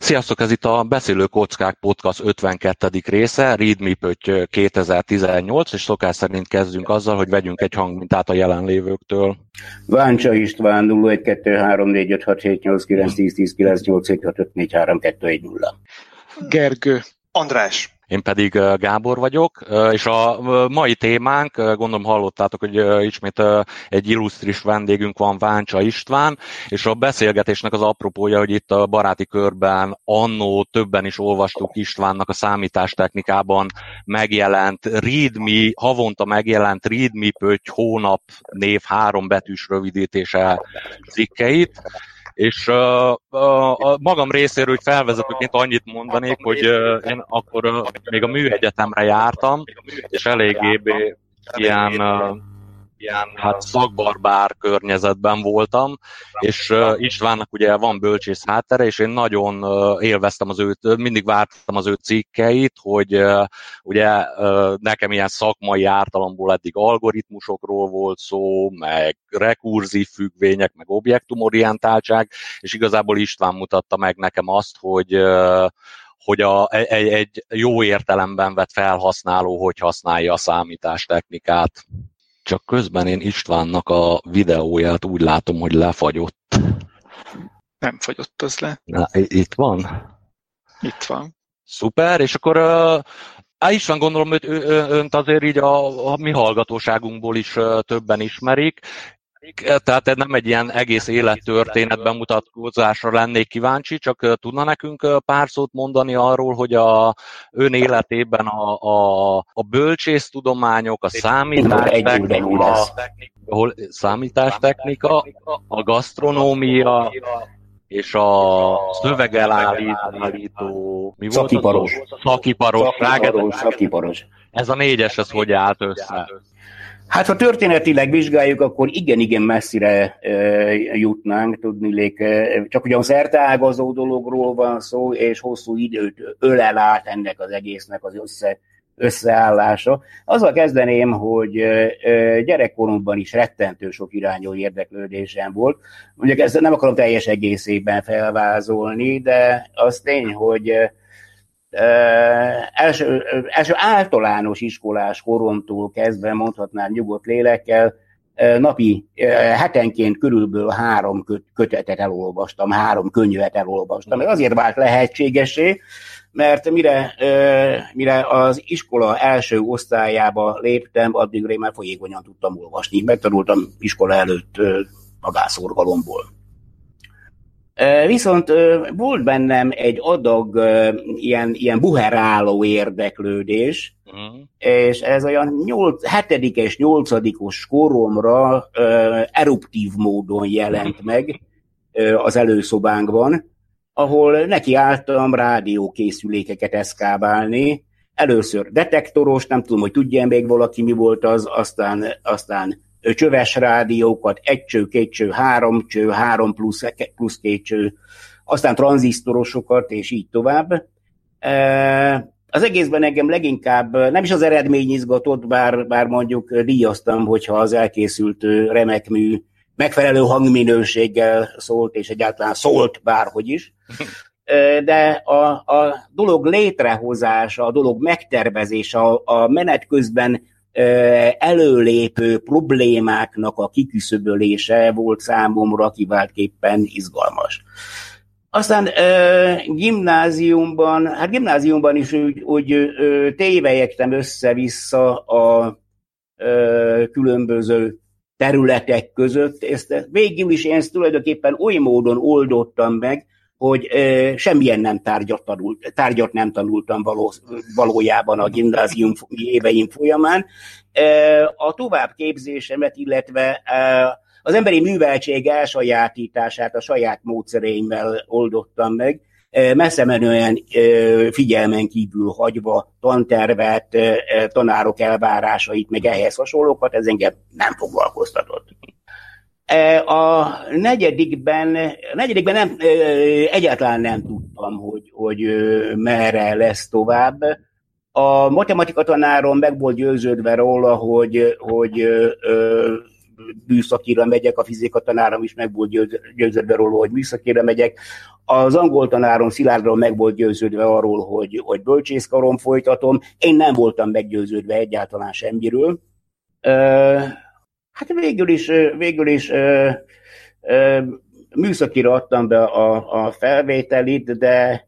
Sziasztok, ez itt a Beszélő Kockák Podcast 52. része, Readme Pötty 2018, és szokás szerint kezdünk azzal, hogy vegyünk egy hangmintát a jelenlévőktől. Váncsa István 0123456781010987545432210. Gergő. András. Én pedig Gábor vagyok, és a mai témánk, gondolom hallottátok, hogy ismét egy illusztris vendégünk van, Váncsa István, és a beszélgetésnek az apropója, hogy itt a baráti körben annó többen is olvastuk Istvánnak a számítástechnikában megjelent Readme, havonta megjelent Readme Pötty hónap név 3 betűs rövidítése cikkeit. És a magam részéről úgy felvezetőként annyit mondanék, hogy én akkor még a műegyetemre jártam, és eléggé ilyen szakbarbár környezetben voltam, és Istvánnak ugye van bölcsész háttere, és én nagyon élveztem mindig vártam az ő cikkeit, hogy ugye nekem ilyen szakmai ártalomból eddig algoritmusokról volt szó, meg rekurzív függvények, meg objektumorientáltság, és igazából István mutatta meg nekem azt, hogy egy jó értelemben vett felhasználó hogy használja a számítástechnikát. Csak közben én Istvánnak a videóját úgy látom, hogy lefagyott. Nem fagyott az le. Na, itt van? Itt van. Szuper, és akkor István, gondolom, hogy önt azért így a mi hallgatóságunkból is többen ismerik, tehát nem egy ilyen egész élettörténetben mutatkozásra lennék kíváncsi, csak tudna nekünk pár szót mondani arról, hogy ön életében a bölcsésztudományok, a számítástechnika, a gasztronómia és a szövegelállító... Mi volt Szakiparos. Ez a 4-es, ez hogy állt össze? Hát, ha történetileg vizsgáljuk, akkor igen messzire jutnánk, tudniillik, csak ugyan szerteágazó dologról van szó, és hosszú időt ölel át ennek az egésznek az összeállása. Azzal kezdeném, hogy gyerekkoromban is rettentő sok irányú érdeklődésem volt. Mondjuk ezt nem akarom teljes egészében felvázolni, de az tény, hogy első általános iskolás koromtól kezdve, mondhatnám nyugodt lélekkel, napi hetenként körülbelül 3 kötetet elolvastam, 3 könyvet elolvastam. Ez azért vált lehetségesé, mert mire az iskola első osztályába léptem, addigra én már folyékonyan tudtam olvasni. Megtanultam iskola előtt magánszorgalomból. Viszont volt bennem egy adag ilyen buheráló érdeklődés, és ez olyan 7. és 8. koromra eruptív módon jelent meg az előszobánkban, ahol nekiálltam rádiókészülékeket eszkábálni. Először detektoros, nem tudom, hogy tudja még valaki, mi volt az, aztán csöves rádiókat, 1 cső, 2 cső, 3 cső, 3 plusz 2 cső, aztán tranzisztorosokat, és így tovább. Az egészben engem leginkább nem is az eredmény izgatott, bár mondjuk díjaztam, hogyha az elkészült remek mű megfelelő hangminőséggel szólt, és egyáltalán szólt bárhogy is. De a dolog létrehozása, a dolog megtervezése, a menet közben előlépő problémáknak a kiküszöbölése volt számomra kiváltképpen izgalmas. Aztán gimnáziumban is úgy tévelyegtem össze-vissza a különböző területek között. Végül is én ezt tulajdonképpen oly módon oldottam meg, hogy semmilyen tárgyat nem tanultam valójában a gimnázium éveim folyamán. A továbbképzésemet, illetve az emberi műveltség elsajátítását a saját módszereimmel oldottam meg, messze menően figyelmen kívül hagyva tantervet, tanárok elvárásait, meg ehhez hasonlókat, ez engem nem foglalkoztatott. A negyedikben egyáltalán nem tudtam, hogy merre lesz tovább. A matematika tanárom meg volt győződve róla, hogy műszakira megyek, a fizika tanárom is meg volt győződve róla, hogy műszakira megyek. Az angol tanárom Szilárdról meg volt győződve arról, hogy bölcsészkaron folytatom. Én nem voltam meggyőződve egyáltalán semmiről. Hát végül is műszakira adtam be a felvételit, de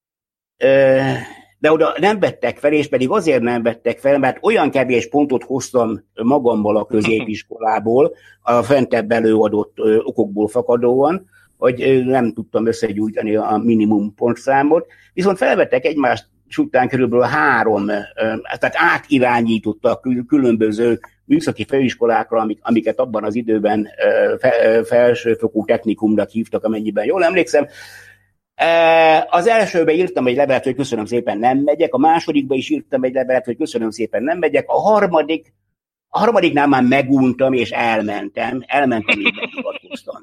oda nem vettek fel, és pedig azért nem vettek fel, mert olyan kevés pontot hoztam magammal a középiskolából, a fentebb előadott okokból fakadóan, hogy nem tudtam összegyújtani a minimum pontszámot, viszont felvettek egymást után körülbelül 3, tehát átirányítottak különböző műszaki főiskolákra, amiket abban az időben felsőfokú technikumnak hívtak, amennyiben jól emlékszem. Az elsőben írtam egy levelet, hogy köszönöm szépen, nem megyek, a másodikban is írtam egy levelet, hogy köszönöm szépen, nem megyek, a harmadiknál már meguntam, és elmentem, és bemutatkoztam.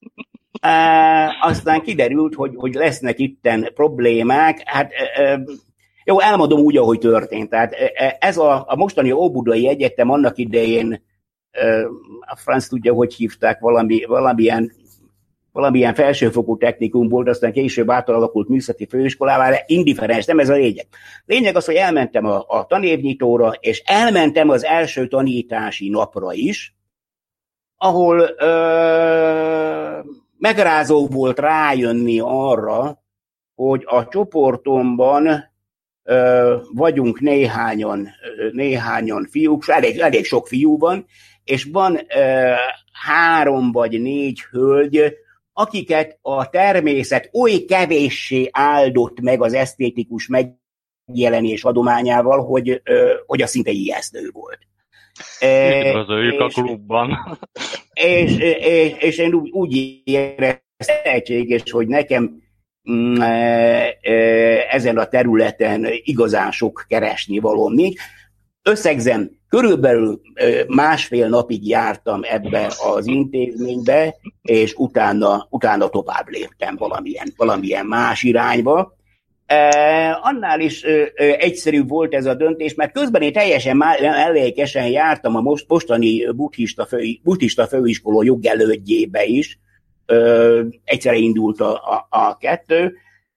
Aztán kiderült, hogy lesznek itten problémák, hát jó, elmondom úgy, ahogy történt. Tehát ez a mostani Óbudai Egyetem annak idején, a franc tudja, hogy hívták, valamilyen felsőfokú technikum volt, aztán később átalakult műszaki főiskolává, de indifferens, nem ez a lényeg. Lényeg az, hogy elmentem a tanévnyitóra, és elmentem az első tanítási napra is, ahol megrázó volt rájönni arra, hogy a csoportomban vagyunk néhányan fiúk, elég sok fiú van, és van 3 vagy 4 hölgy, akiket a természet oly kevéssé áldott meg az esztétikus megjelenés adományával, hogy az szinte ijesztő volt. Üdvözöljük a klubban. És én úgy éreztem lehetséges, hogy nekem ezen a területen igazán sok keresni valóm nincs. Összegzem, körülbelül 1,5 napig jártam ebbe az intézménybe, és utána tovább léptem valamilyen más irányba. Annál is egyszerűbb volt ez a döntés, mert közben én teljesen mellékesen jártam a mostani buddhista főiskola jogelődjébe is. Egyszerre indult a kettő.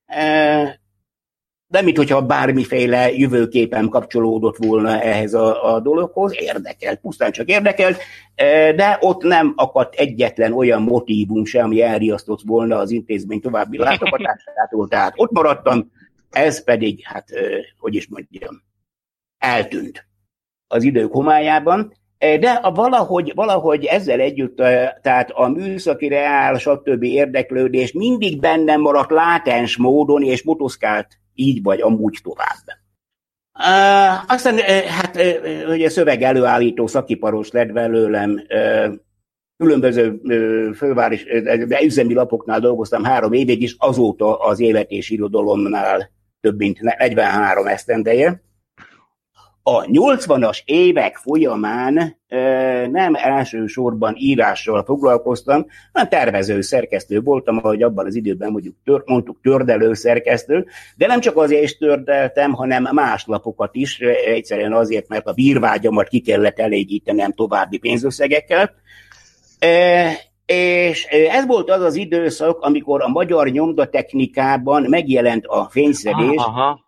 De minthogyha bármiféle jövőképem kapcsolódott volna ehhez a dologhoz, érdekelt, pusztán csak érdekelt, de ott nem akadt egyetlen olyan motívum sem, ami elriasztott volna az intézmény további látogatásától, tehát ott maradtam, ez pedig, hát, hogy is mondjam, eltűnt az idők homályában, de valahogy ezzel együtt, tehát a műszaki reál, stb. Érdeklődés mindig bennem maradt látens módon, és motoszkált így vagy amúgy tovább. Aztán hát ugye szöveg-előállító szakiparos lett belőlem, különböző főváros üzemi lapoknál dolgoztam 3 évig is, azóta az Élet és Irodalomnál több mint 43 esztendeje. A 80-as évek folyamán nem elsősorban írással foglalkoztam, hanem tervező szerkesztő voltam, ahogy abban az időben mondtuk tördelő szerkesztő, de nem csak azért is tördeltem, hanem más lapokat is, egyszerűen azért, mert a bírvágyamat ki kellett elégítenem további pénzösszegekkel. És ez volt az az időszak, amikor a magyar nyomdatechnikában megjelent a fényszedés.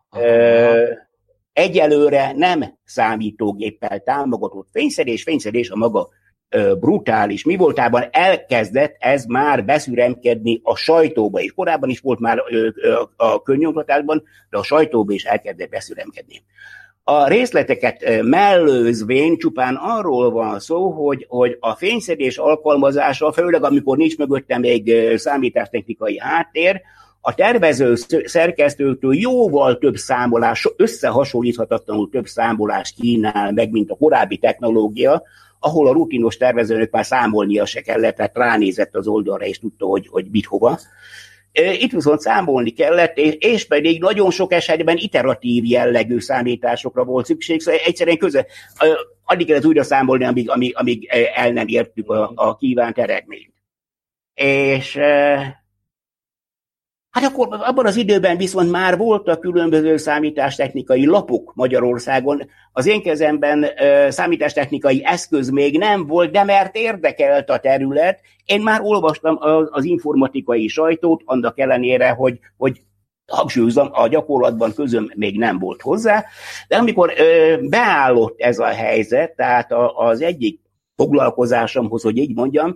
Egyelőre nem számítógéppel támogatott fényszedés a maga brutális mi voltában elkezdett ez már beszüremkedni a sajtóba is. Korábban is volt már a könnyomtatásban, de a sajtóba is elkezdett beszüremkedni. A részleteket mellőzvén csupán arról van szó, hogy a fényszedés alkalmazása, főleg amikor nincs mögöttem még számítástechnikai háttér, a tervező szerkesztőtől jóval több számolás, összehasonlíthatatlanul több számolás kínál meg, mint a korábbi technológia, ahol a rutinos tervezőnek már számolnia se kellett, tehát ránézett az oldalra és tudta, hogy mit hova. Itt viszont számolni kellett, és pedig nagyon sok esetben iteratív jellegű számításokra volt szükség, szóval egyszerűen addig kellett újra számolni, amíg el nem értük a kívánt eredményt. És Hát akkor abban az időben viszont már voltak különböző számítástechnikai lapok Magyarországon. Az én kezemben számítástechnikai eszköz még nem volt, de mert érdekelt a terület, én már olvastam az informatikai sajtót, annak ellenére, hogy hangsúlyozom, a gyakorlatban közöm még nem volt hozzá, de amikor beállott ez a helyzet, tehát az egyik foglalkozásomhoz, hogy így mondjam,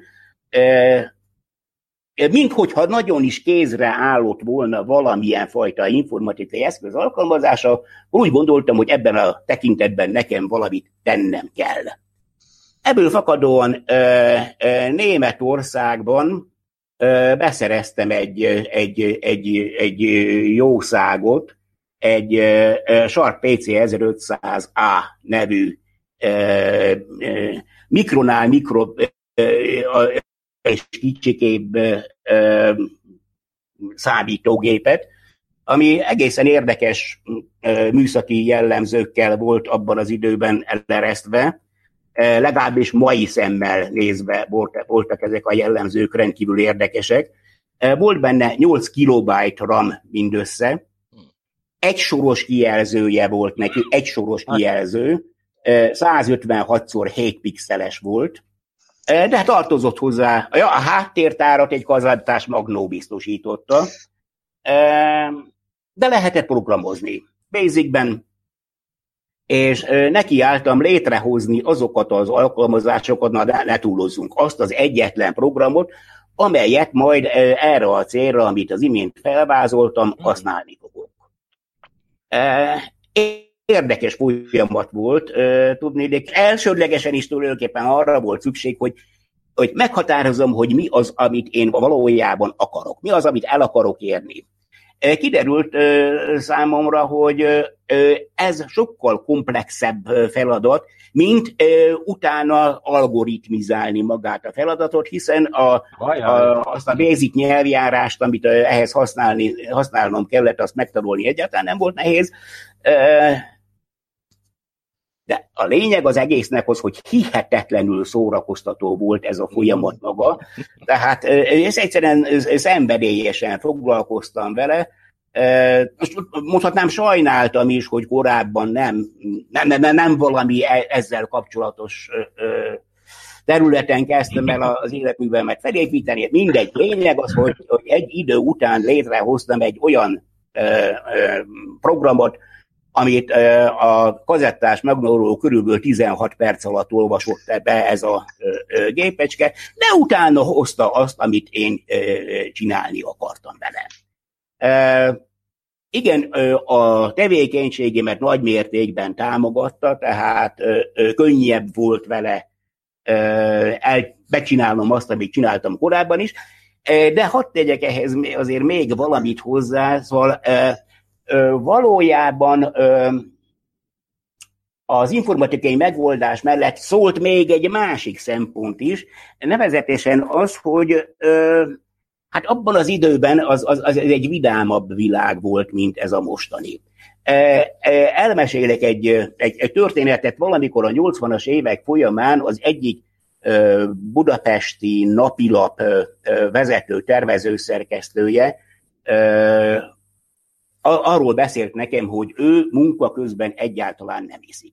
minthogyha nagyon is kézre állott volna valamilyen fajta informatikai eszköz alkalmazása, úgy gondoltam, hogy ebben a tekintetben nekem valamit tennem kell. Ebből fakadóan Németországban beszereztem egy jószágot, egy Sharp PC 1500A nevű mikronál és kicsikébb számítógépet, ami egészen érdekes műszaki jellemzőkkel volt abban az időben eleresztve, legalábbis mai szemmel nézve voltak ezek a jellemzők rendkívül érdekesek. Volt benne 8 kilobyte RAM mindössze, egy soros kijelzője volt neki, egy soros kijelző, 156x7 pixeles volt, de tartozott hozzá, a háttértárat egy kazettás magnó biztosította, de lehetett programozni Basicben, és nekiálltam létrehozni azokat az alkalmazásokat, ne túlozzunk, azt az egyetlen programot, amelyet majd erre a célra, amit az imént felvázoltam, használni fogok. Érdekes folyamat volt, tudni, de elsődlegesen is tulajdonképpen arra volt szükség, hogy meghatározom, hogy mi az, amit én valójában akarok, mi az, amit el akarok érni. Kiderült számomra, hogy ez sokkal komplexebb feladat, mint utána algoritmizálni magát a feladatot, hiszen azt a basic nyelvjárást, amit ehhez használnom kellett, azt megtanulni egyáltalán nem volt nehéz. De a lényeg az egésznek az, hogy hihetetlenül szórakoztató volt ez a folyamat maga. Tehát ez egyszerűen szenvedélyesen foglalkoztam vele. Mondhatnám, sajnáltam is, hogy korábban nem valami ezzel kapcsolatos területen kezdtem el az életművemet felépíteni. Mindegy, lényeg az, hogy egy idő után létrehoztam egy olyan programot, amit a kazettás magnóról körülbelül 16 perc alatt olvasott be ez a gépecske, de utána hozta azt, amit én csinálni akartam vele. Igen, a tevékenységemet nagy mértékben támogatta, tehát könnyebb volt vele becsinálnom azt, amit csináltam korábban is, de hadd tegyek ehhez azért még valamit hozzá, szóval valójában az informatikai megoldás mellett szólt még egy másik szempont is, nevezetesen az, hogy hát abban az időben az egy vidámabb világ volt, mint ez a mostani. Elmesélek egy történetet, valamikor a 80-as évek folyamán az egyik budapesti napilap vezető tervezőszerkesztője arról beszélt nekem, hogy ő munka közben egyáltalán nem iszik.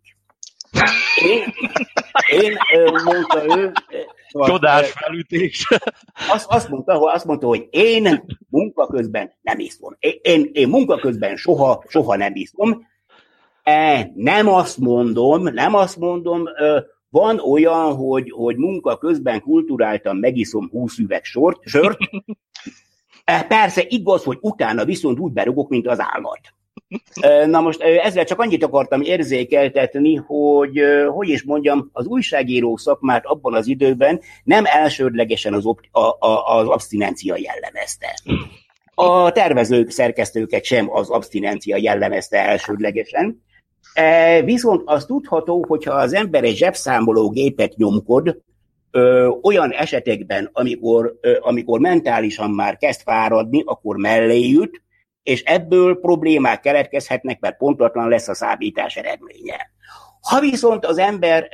Én mondta ő... Csodás felütés. Azt mondta, hogy én munka közben nem iszom. Én munka közben soha nem iszom. Nem azt mondom, van olyan, hogy munka közben kulturáltan megiszom 20 üveg sört. Persze igaz, hogy utána viszont úgy berugok, mint az állat. Na most ezzel csak annyit akartam érzékeltetni, hogy is mondjam, az újságíró szakmát abban az időben nem elsődlegesen az abszinencia jellemezte. A tervezők, szerkesztőket sem az abszinencia jellemezte elsődlegesen. Viszont az tudható, hogyha az ember egy zsebszámológépet nyomkod, olyan esetekben, amikor mentálisan már kezd fáradni, akkor mellé jut, és ebből problémák keletkezhetnek, mert pontatlan lesz a számítás eredménye. Ha viszont az ember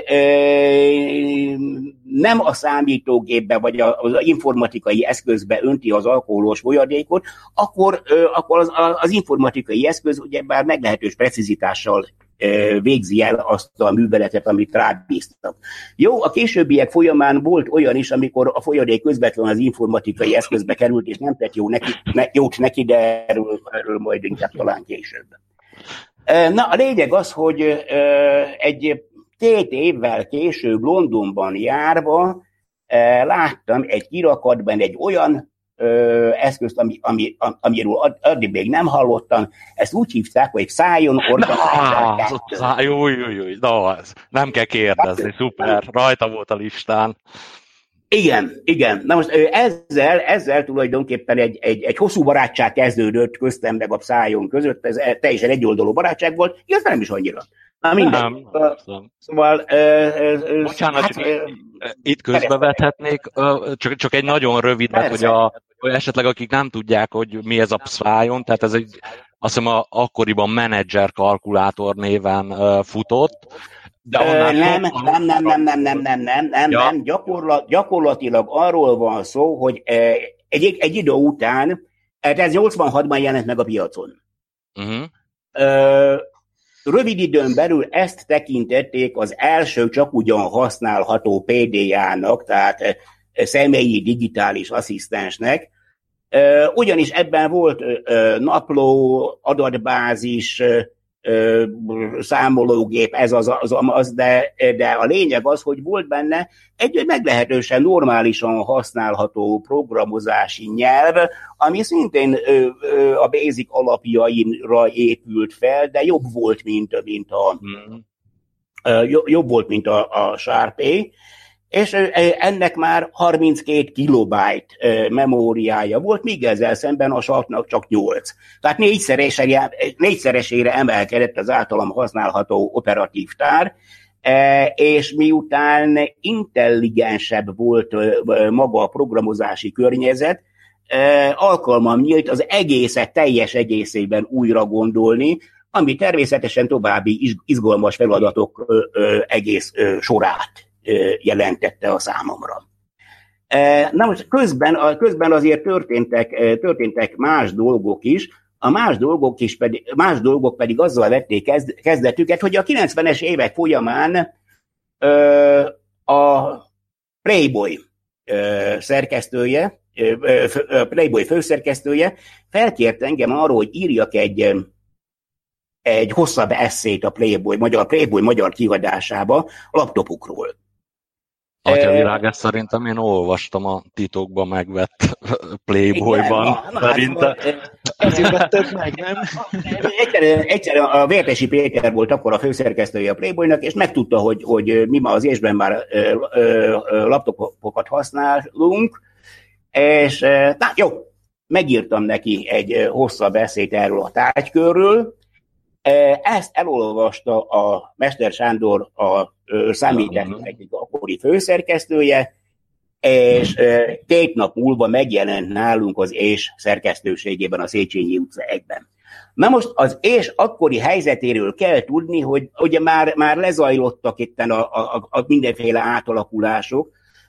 nem a számítógépbe vagy az informatikai eszközbe önti az alkoholos folyadékot, akkor az informatikai eszköz ugyebár meglehetős precizitással végzi el azt a műveletet, amit rábíztak. Jó, a későbbiek folyamán volt olyan is, amikor a folyadék közvetlenül az informatikai eszközbe került, és nem tett jót neki, de erről majd inkább talán később. Na, a lényeg az, hogy egy 2 évvel később Londonban járva láttam egy kirakatban egy olyan eszközt, amiről addig még nem hallottam. Ezt úgy hívták, hogy Psion Organizer. Jó, nem kell kérdezni, szuper, rajta volt a listán. Igen. Na most ezzel tulajdonképpen egy hosszú barátság kezdődött köztem meg a Psion között, ez teljesen egyoldalú barátság volt, igaz, nem is annyira. Na mindegy. Szóval... Bocsánat, itt közbevethetnék, csak egy nagyon rövidet, hogy esetleg akik nem tudják, hogy mi ez a Psion, tehát ez egy, azt hiszem akkoriban menedzser kalkulátor néven futott. Nem. Gyakorlatilag arról van szó, hogy egy idő után, ez 86-ban jelent meg a piacon. Rövid időn belül ezt tekintették az első csak ugyan használható PDA-nak, tehát személyi digitális asszisztensnek, ugyanis ebben volt napló, adatbázis, számológép, ez az, de a lényeg az, hogy volt benne egy meglehetősen normálisan használható programozási nyelv, ami szintén a basic alapjaira épült fel, de jobb volt, mint a Sharp-é, és ennek már 32 kilobájt memóriája volt, míg ezzel szemben a Sharpnak csak 8. Tehát négyszeresére emelkedett az általam használható operatív tár, és miután intelligensebb volt maga a programozási környezet, alkalmam nyílt az egészet teljes egészében újra gondolni, ami természetesen további izgalmas feladatok egész sorát jelentette a számomra. Na most közben azért történtek más dolgok is, más dolgok pedig azzal vették kezdetüket, hogy a 90-es évek folyamán a Playboy szerkesztője, Playboy főszerkesztője felkért engem arról, hogy írjak egy hosszabb esszét a Playboy magyar kiadásába a laptopukról. Atyavirág, ezt szerintem én olvastam a titokban megvett Playboyban. Szerintem. Ezért vetted meg, nem? Egyszerűen a Vértesi Péter volt akkor a főszerkesztője a Playboynak, és megtudta, hogy mi ma az ésben már laptopokat használunk, és na jó, megírtam neki egy hosszabb eszét erről a tárgykörről. Ezt elolvasta a Mester Sándor, a számítástechnika akkori főszerkesztője, és 2 nap múlva megjelent nálunk az ÉS szerkesztőségében a Széchenyi utca 1-ben. Na most az ÉS akkori helyzetéről kell tudni, hogy ugye már lezajlottak itten a mindenféle átalakulások.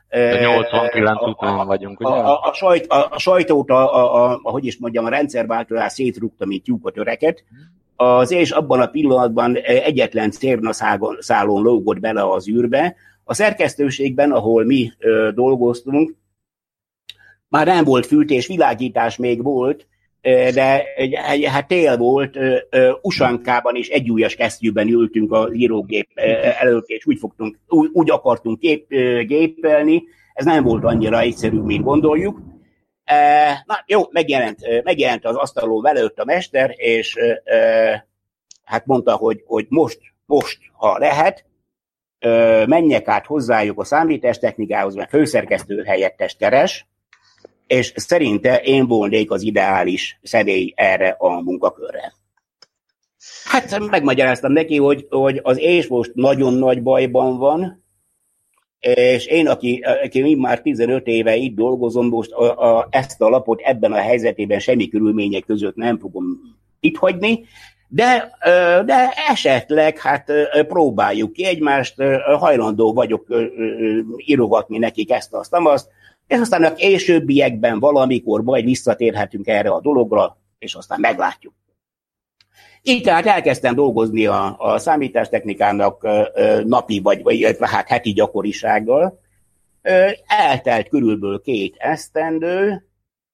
89 után vagyunk, ugye? A sajtót, ahogy is mondjam, a rendszerváltozás szétrúgta, mint tyúk a töreket. Az ÉS abban a pillanatban egyetlen cérnaszálon lógott bele az űrbe. A szerkesztőségben, ahol mi dolgoztunk, már nem volt fűtés, világítás még volt, de hát tél volt, Usankában és egyújas kesztyűben ültünk az írógép előtt, és úgy akartunk gépelni. Ez nem volt annyira egyszerű, mint gondoljuk. Na jó, megjelent az asztalon velőtt a mester, és hát mondta, hogy most, ha lehet, menjek át hozzájuk a számítástechnikához, mert főszerkesztő helyettest keres, és szerinte én volnék az ideális személy erre a munkakörre. Hát megmagyaráztam neki, hogy az ÉS most nagyon nagy bajban van, és én, aki már 15 éve itt dolgozom, most ezt a lapot ebben a helyzetében semmi körülmények között nem fogom itt hagyni, De esetleg hát próbáljuk ki egymást, hajlandó vagyok írogatni nekik ezt-azt, és aztán a későbbiekben valamikor majd visszatérhetünk erre a dologra, és aztán meglátjuk. Így tehát elkezdtem dolgozni a számítástechnikának napi vagy hát heti gyakorisággal. Eltelt körülbelül 2 esztendő,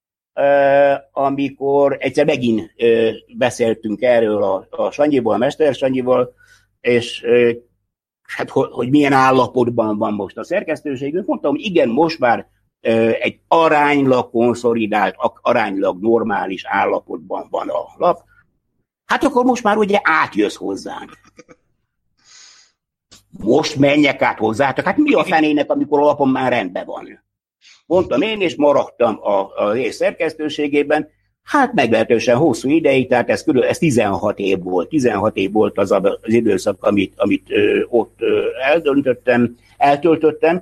amikor egyszer megint beszéltünk erről a Sanyival, a Mester Sanyival, és hát, hogy milyen állapotban van most a szerkesztőségünk. Mondtam, igen, most már egy aránylag konszolidált, aránylag normális állapotban van a lap. Hát akkor most már ugye átjössz hozzánk. Most menjek át hozzátok. Hát mi a fenének, amikor a lapom már rendben van? Mondtam én, és maradtam az ész szerkesztőségében. Hát meglehetősen hosszú ideig, tehát ez 16 év volt. 16 év volt az időszak, amit ott eltöltöttem.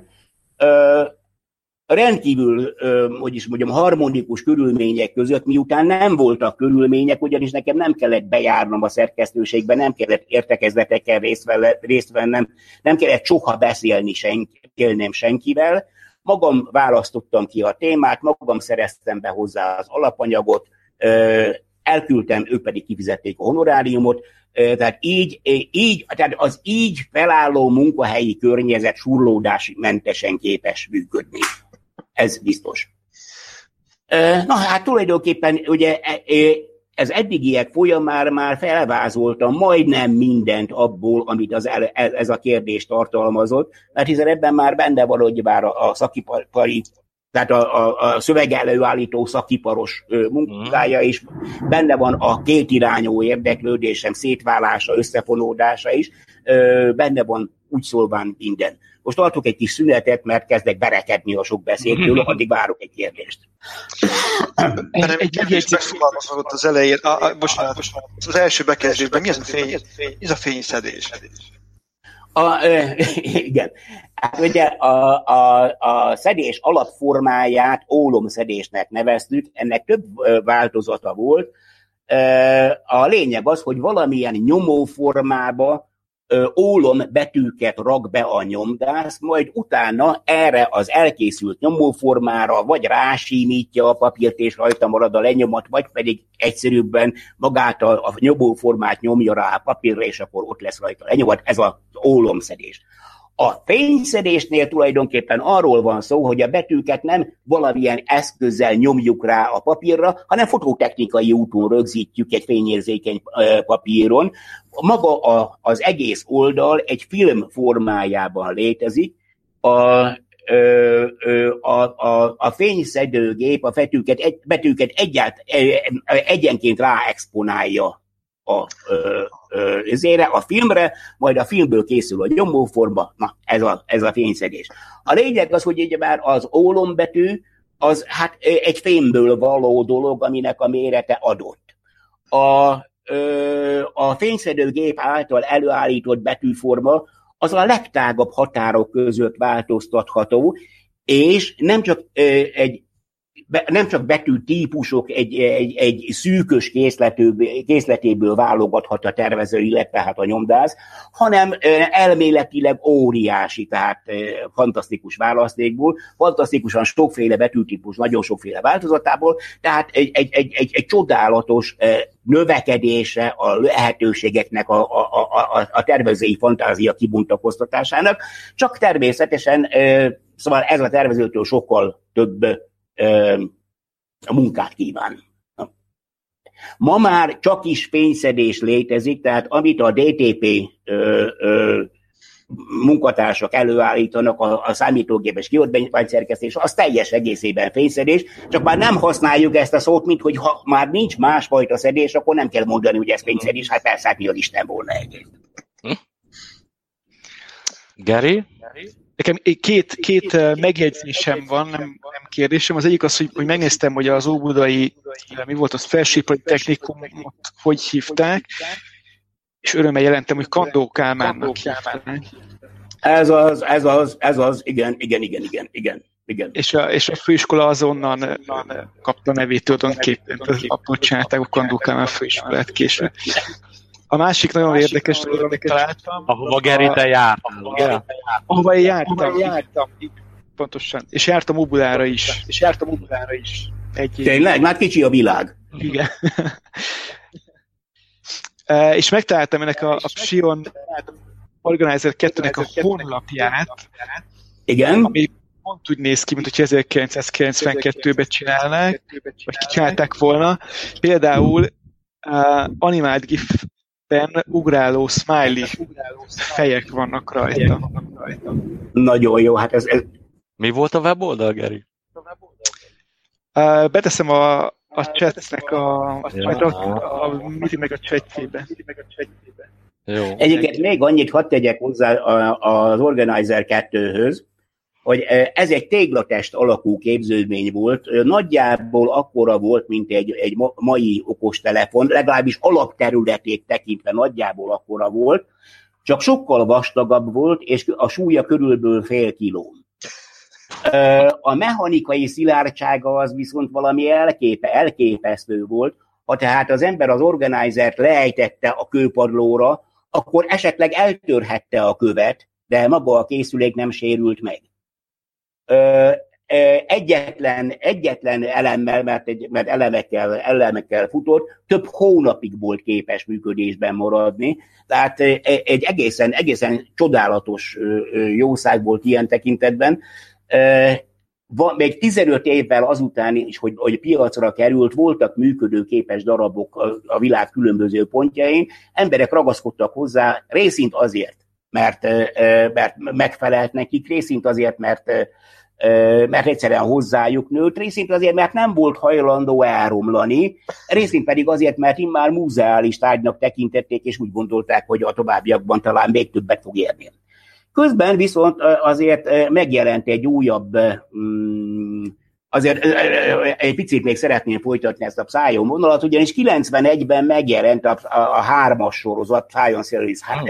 Rendkívül, hogy is mondjam, harmonikus körülmények között, miután nem voltak körülmények, ugyanis nekem nem kellett bejárnom a szerkesztőségbe, nem kellett értekezleteken részt vennem, nem kellett soha beszélni senkivel. Magam választottam ki a témát, magam szereztem be hozzá az alapanyagot, elküldtem, ők pedig kifizették a honoráriumot, tehát tehát az így felálló munkahelyi környezet surlódásmentesen képes működni. Ez biztos. Na hát tulajdonképpen ugye ez eddigiek folyamán már felvázoltam majdnem mindent abból, amit ez a kérdés tartalmazott, mert hiszen ebben már benne van, hogy bár a szakipari, tehát a szövegelőállító szakiparos munkája is, benne van a kétirányú érdeklődésem, szétválása, összefonódása is, benne van úgy szólván minden. Most tartok egy kis szünetet, mert kezdek berekedni a sok beszédtől, addig várok egy kérdést. Egy kérdést megfogalmazott az elején. Most az első bekezdésben mi ez a fényszedés? Igen. Hát ugye a szedés alapformáját ólomszedésnek neveztük, ennek több változata volt. A lényeg az, hogy valamilyen nyomóformába ólom betűket rak be a nyomdász, majd utána erre az elkészült nyomóformára vagy rásímítja a papírt, és rajta marad a lenyomat, vagy pedig egyszerűbben magát a nyomóformát nyomja rá a papírra, és akkor ott lesz rajta a lenyomat. Ez az ólomszedés. A fényszedésnél tulajdonképpen arról van szó, hogy a betűket nem valamilyen eszközzel nyomjuk rá a papírra, hanem fototechnikai úton rögzítjük egy fényérzékeny papíron. Maga az egész oldal egy film formájában létezik. A fényszedőgép a betűket egyenként ráexponálja a filmre, majd a filmből készül a nyomóforma, na ez a fényszedés. A lényeg az, hogy ugyebár az ólombetű az hát egy fémből való dolog, aminek a mérete adott. A fényszedőgép által előállított betűforma az a legtágabb határok között változtatható, és nem csak betűtípusok egy szűkös készletéből válogathat a tervező, illetve hát a nyomdász, hanem elméletileg óriási, tehát fantasztikus választékból, fantasztikusan sokféle betűtípus, nagyon sokféle változatából, tehát egy csodálatos növekedése a lehetőségeknek, a tervezői fantázia kibontakoztatásának, csak természetesen, szóval ez a tervezőtől sokkal több a munkát kíván. Ma már csak is fényszedés létezik, tehát amit a DTP munkatársak előállítanak a számítógépes kiadványszerkesztés, az teljes egészében fényszedés, csak már nem használjuk ezt a szót, mint hogy ha már nincs másfajta szedés, akkor nem kell mondani, hogy ez fényszedés, hát persze, hát mi az Isten volna egész. Gary? Nekem két megjegyzésem van, nem kérdésem. Az egyik az, hogy megnéztem, hogy az óbudai, mi volt az, felsőipari technikumot hogy hívták, és örömmel jelentem, hogy Kandó Kálmánnak hívták. Ez az, igen. És a főiskola azonnan kapta nevét tulajdonképpen, abból csinálták a Kandó Kálmán főiskolát később. A másik nagyon érdekes dolog, amit találtam. Ahova Geri, te jártam, ugye? Ahova én jártam. Pontosan. És jártam Ubudára is. Tényleg? Már kicsi a világ. Igen. És megtaláltam ennek a Psion Organizer 2-nek a honlapját. Igen. Ami pont úgy néz ki, mint hogy 1992-ben csinálnák, vagy kicsinálták volna. Például animált GIF-ben ugráló smiley fejek vannak rajta. Nagyon jó, hát ez... Mi volt a weboldal, Geri? Beteszem a chatnek a meeting-nek a chatjébe. Jó. Egyébként még annyit hadd tegyek hozzá az Organizer 2-höz, hogy ez egy téglatest alakú képződmény volt, nagyjából akkora volt, mint egy mai okostelefon, legalábbis alapterületét tekintve nagyjából akkora volt, csak sokkal vastagabb volt, és a súlya körülbelül fél kiló. A mechanikai szilárdsága az viszont valami elképesztő volt, ha tehát az ember az Organizert leejtette a kőpadlóra, akkor esetleg eltörhette a követ, de maga a készülék nem sérült meg. Egyetlen elemmel, mert elemekkel futott, több hónapig volt képes működésben maradni, tehát egy egészen csodálatos jószág volt ilyen tekintetben. Még 15 évvel azután is, hogy piacra került, voltak működőképes darabok a világ különböző pontjain, emberek ragaszkodtak hozzá, részint azért, mert megfelelt nekik, részint azért, mert egyszerűen hozzájuk nőtt, részint azért, mert nem volt hajlandó elromlani, részint pedig azért, mert immár múzeális tárgynak tekintették, és úgy gondolták, hogy a továbbiakban talán még többet fog érni. Közben viszont azért megjelent egy újabb, azért egy picit még szeretném folytatni ezt a Psion vonalat, ugyanis 91-ben megjelent a 3-as sorozat, Psion Series 3,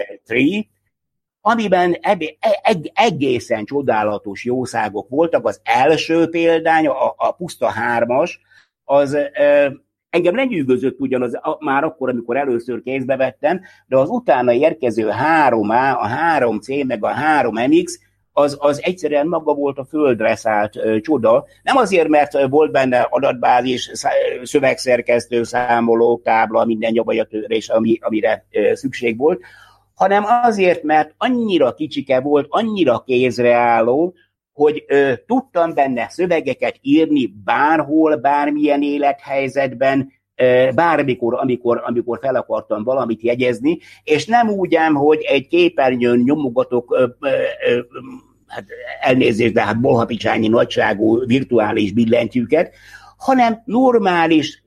amiben egészen csodálatos jószágok voltak. Az első példány, a puszta 3-as, az engem lenyűgözött ugyanaz már akkor, amikor először kézbe vettem, de az utána érkező 3A, a 3C, meg a 3MX, az egyszerűen maga volt a földre szállt csoda. Nem azért, mert volt benne adatbázis, szövegszerkesztő, számoló, tábla, minden nyavajatörés, amire szükség volt, hanem azért, mert annyira kicsike volt, annyira kézreálló, hogy tudtam benne szövegeket írni bárhol, bármilyen élethelyzetben, bármikor, amikor fel akartam valamit jegyezni, és nem úgy ám, hogy egy képernyőn nyomogatok, hát elnézést, de hát bolhapicsányi nagyságú virtuális billentyűket, hanem normális,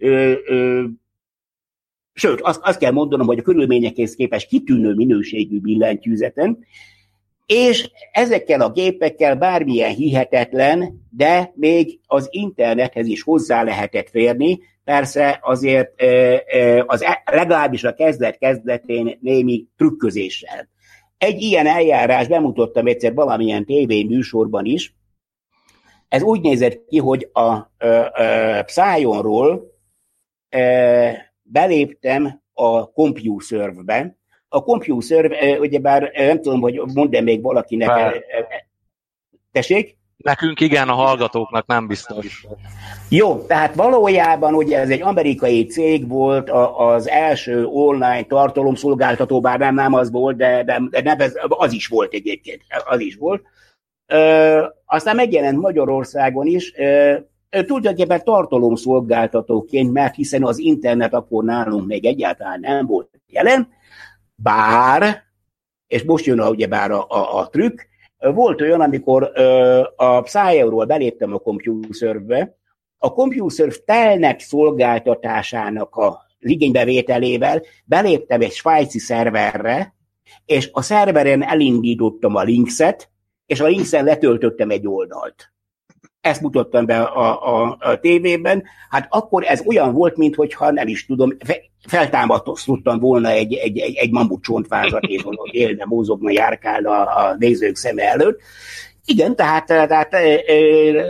sőt, azt kell mondanom, hogy a körülményekhez képest kitűnő minőségű billentyűzeten, és ezekkel a gépekkel bármilyen hihetetlen, de még az internethez is hozzá lehetett férni, persze azért legalábbis a kezdetén némi trükközéssel. Egy ilyen eljárás bemutattam egyszer valamilyen tévéműsorban is. Ez úgy nézett ki, hogy a Psionról beléptem a CompuServe-be. A CompuServe, ugyebár nem tudom, hogy mondd még valakinek. Tessék? Nekünk igen, a hallgatóknak nem biztos. Jó, tehát valójában ugye ez egy amerikai cég volt, az első online tartalomszolgáltató, bár nem az volt, de az is volt egyébként. Az is volt. Aztán megjelent Magyarországon is, tulajdonképpen tartalomszolgáltatóként, mert hiszen az internet akkor nálunk még egyáltalán nem volt jelen, bár, és most jön ugyebár a trükk, volt olyan, amikor a Psionról beléptem a CompuServe-be, a CompuServe telnet szolgáltatásának az igénybevételével beléptem egy svájci szerverre, és a szerveren elindítottam a Lynxet, és a Lynxen letöltöttem egy oldalt. Ezt mutattam be a tévében, hát akkor ez olyan volt, mintha nem is tudom, feltámasztottam volna egy mamut csontvázat, és ott élne, mozogna, járkálna a nézők szeme előtt. Igen, tehát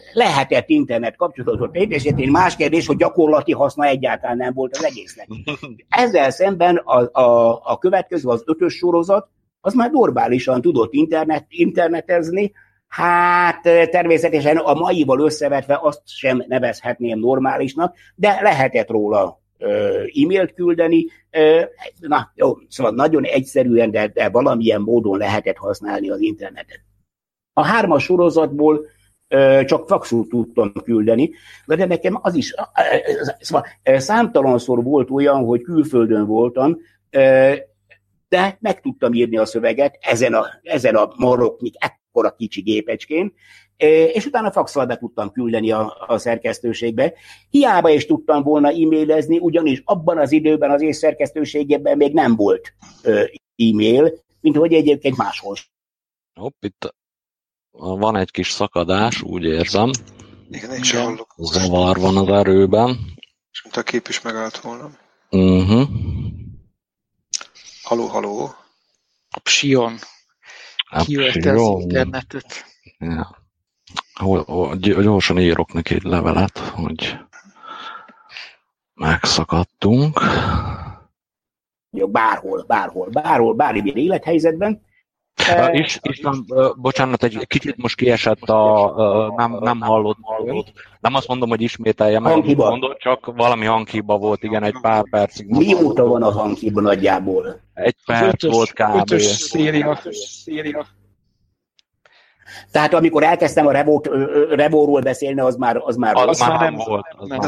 lehetett internet kapcsolatot létesíteni. Más kérdés, hogy gyakorlati haszna egyáltalán nem volt az egésznek. Ezzel szemben a következő, az 5-ös sorozat, az már normálisan tudott internetezni. Hát természetesen a maival összevetve azt sem nevezhetném normálisnak, de lehetett róla e-mailt küldeni. Na jó, szóval nagyon egyszerűen, de valamilyen módon lehetett használni az internetet. A 3-as sorozatból csak faxot tudtam küldeni, de nekem az is, szóval számtalanszor volt olyan, hogy külföldön voltam, de meg tudtam írni a szöveget ezen a maroknyik, ekkora kicsi gépecskén, és utána faxal be tudtam küldeni a szerkesztőségbe. Hiába is tudtam volna e-mailezni, ugyanis abban az időben az én szerkesztőségében még nem volt e-mail, mint hogy egyébként máshol. Hopp, itt van egy kis szakadás, úgy érzem. Igen, én sem hallok. Zavar van az erőben. És mint a kép is megállt volna. Haló. A Psion. Kijölte az internetet. Ja. Gyorsan írok neki egy levelet, hogy megszakadtunk. Jó, bárhol, bármilyen élethelyzetben. István, bocsánat, egy kicsit most kiesett nem hallott. Nem azt mondom, hogy ismételjem meg, amit mondott, csak valami hanghiba volt, igen, egy pár percig. Mióta van a hanghiba nagyjából? Egy perc volt kb. 5-ös széria. Tehát amikor elkezdtem a Revóról beszélni, az már nem volt.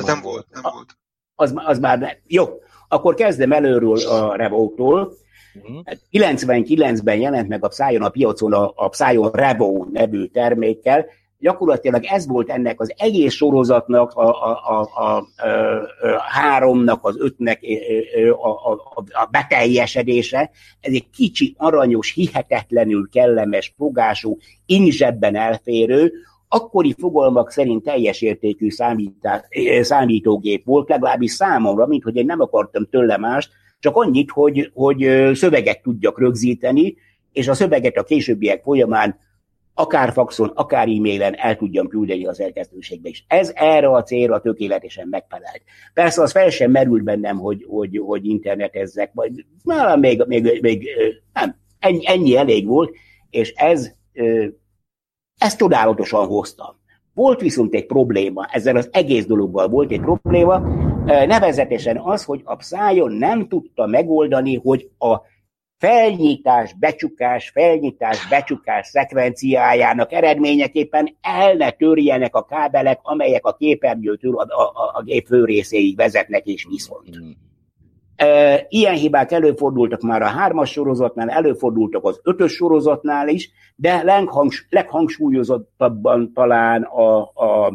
Az már nem. Jó, akkor kezdem előről a Revótól. 99-ben jelent meg a Psion a piacon a Psion Revo nevű termékkel. Gyakorlatilag ez volt ennek az egész sorozatnak, a 3-nak, az 5-nek a beteljesedése. Ez egy kicsi, aranyos, hihetetlenül kellemes, fogású, inzsebben elférő, akkori fogalmak szerint teljes értékű számítógép volt, legalábbis számomra, mint hogy én nem akartam tőle mást, csak annyit, hogy szöveget tudjak rögzíteni, és a szöveget a későbbiek folyamán akár faxon, akár e-mailen el tudjam küldeni az szerkesztőségbe is. Ez erre a célra tökéletesen megfelelt. Persze az fel sem merült bennem, hogy internetezzek, vagy még nem, ennyi elég volt, és ezt csodálatosan hoztam. Volt viszont egy probléma, ezzel az egész dologgal volt egy probléma, nevezetesen az, hogy a Psion nem tudta megoldani, hogy a felnyitás-becsukás szekvenciájának eredményeképpen el ne törjenek a kábelek, amelyek a képernyőtől a gép fő részéig vezetnek és viszont. Ilyen hibák előfordultak már a 3-as sorozatnál, előfordultak az 5-ös sorozatnál is, de leghangsúlyozottabban talán a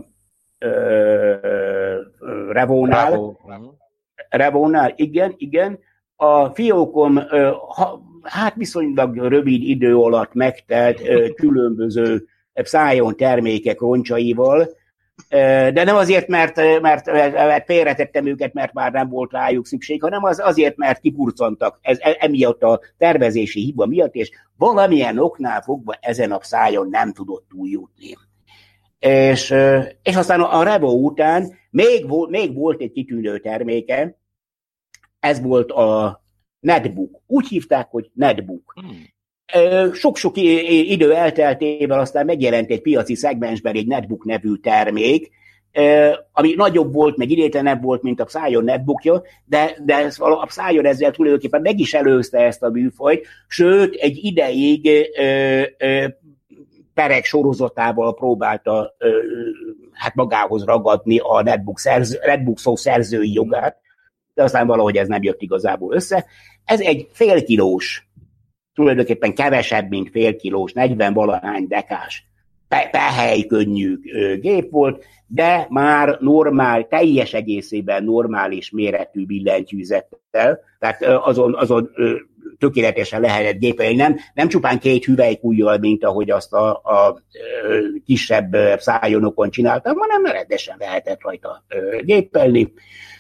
Revónál, igen. A fiókom hát viszonylag rövid idő alatt megtelt különböző Psion termékek roncsaival, de nem azért, mert félretettem őket, mert már nem volt rájuk szükség, hanem azért, mert kipurcantak emiatt a tervezési hiba miatt, és valamilyen oknál fogva ezen a Psion nem tudott túljutni. És aztán a Revo után még volt egy kitűnő terméke, ez volt a netbook. Úgy hívták, hogy netbook. Sok-sok idő elteltével aztán megjelent egy piaci szegmensben egy netbook nevű termék, ami nagyobb volt, meg idétlenebb volt, mint a Psion netbookja, de a Psion ezzel tulajdonképpen meg is előzte ezt a műfajt, sőt, egy ideig perek sorozatával próbálta hát magához ragadni a netbook szó szerzői jogát, de aztán valahogy ez nem jött igazából össze. Ez egy félkilós, tulajdonképpen kevesebb, mint félkilós, 40-valahány dekás tehely könnyű gép volt, de már normál, teljes egészében normális méretű billentyűzettel, tehát azon tökéletesen lehetett gépelni, nem csupán 2 hüvelykujjal, mint ahogy azt a kisebb Psionokon csináltam, hanem rendesen lehetett rajta gépelni.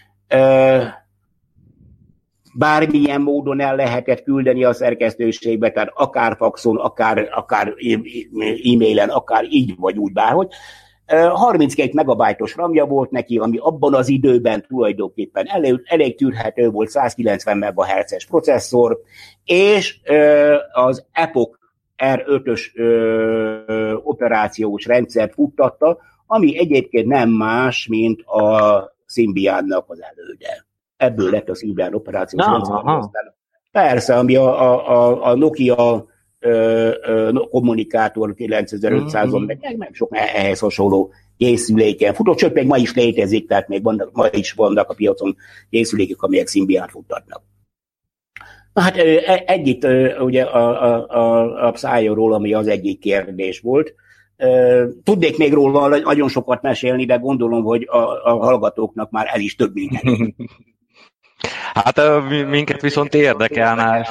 Bármilyen módon el lehetett küldeni a szerkesztőségbe, tehát akár faxon, akár e-mailen, akár így vagy úgy, bárhogy. 32 megabájtos RAM-ja volt neki, ami abban az időben tulajdonképpen elég tűrhető volt, 190 MHz-es processzor, és az Epoch R5-ös operációs rendszert futtatta, ami egyébként nem más, mint a Symbian-nak az előde. Ebből lett a Symbian operációs rendszer. Persze, ami a Nokia kommunikátor 9500-on, meg sok ehhez hasonló készüléken futott, sőt, még ma is létezik, tehát még ma is vannak a piacon készülékek, amelyek Symbian futtatnak. Hát együtt ugye a Psionról, ami az egyik kérdés volt. Tudnék még róla nagyon sokat mesélni, de gondolom, hogy a hallgatóknak már el is több minden. Hát minket viszont érdekelne.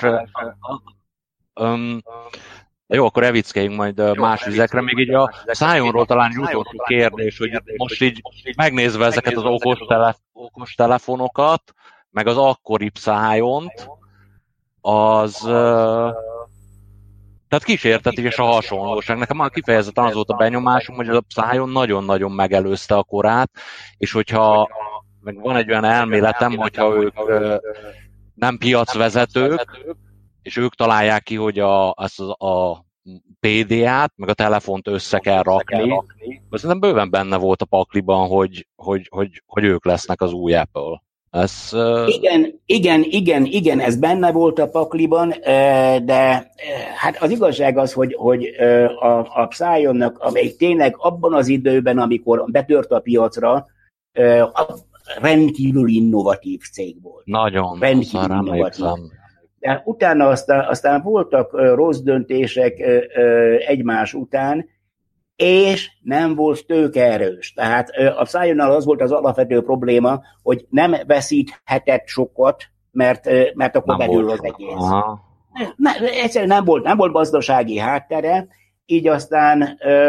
Jó, akkor evickeljünk majd más vizekre. Még így a Psionról talán egy utolsó kérdés, hogy most így megnézve ezeket az okos telefonokat, meg az akkori Psiont, az tehát kísértetés a hasonlóság. Nekem már kifejezetten az volt a benyomásom, hogy a Psion nagyon-nagyon megelőzte a korát, és hogyha meg van egy olyan elméletem, hogyha ők nem piacvezetők, és ők találják ki, hogy a PDA-t, meg a telefont össze kell rakni, szerintem bőven benne volt a pakliban, hogy ők lesznek az új Apple. Igen, ez benne volt a pakliban, de hát az igazság az, hogy a Psionnak, amelyik tényleg abban az időben, amikor betört a piacra, rendkívül innovatív cég volt. Nagyon, rendkívül innovatív. De utána aztán voltak rossz döntések egymás után, és nem volt tőkeerős. Tehát a Psionnal az volt az alapvető probléma, hogy nem veszíthetett sokat, mert akkor bedől az egész. Egyszerűen nem volt gazdasági háttere, így aztán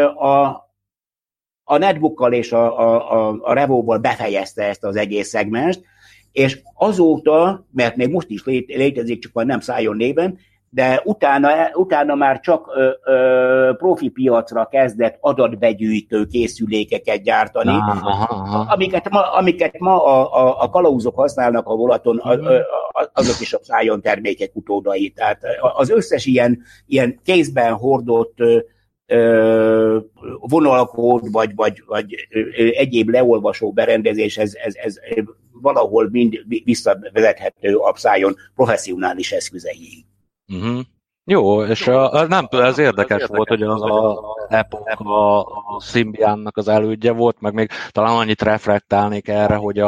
a netbookkal és a Revo-val befejezte ezt az egész szegmenst, és azóta, mert még most is létezik, csak már nem Psion néven, de utána már csak profi piacra adatbegyűjtő készülékeket gyártani, amiket ma a kalauzok használnak a volaton, azok is a Psion termékek utódai. Tehát az összes ilyen kézben hordott vonalkód, vagy egyéb leolvasó berendezés, ez valahol mind visszavezethető a Psion professzionális eszközeiig. Uh-huh. Jó, és ez érdekes volt, hogy az Epoch a Symbiannak az elődje volt, meg még talán annyit reflektálnék erre, hogy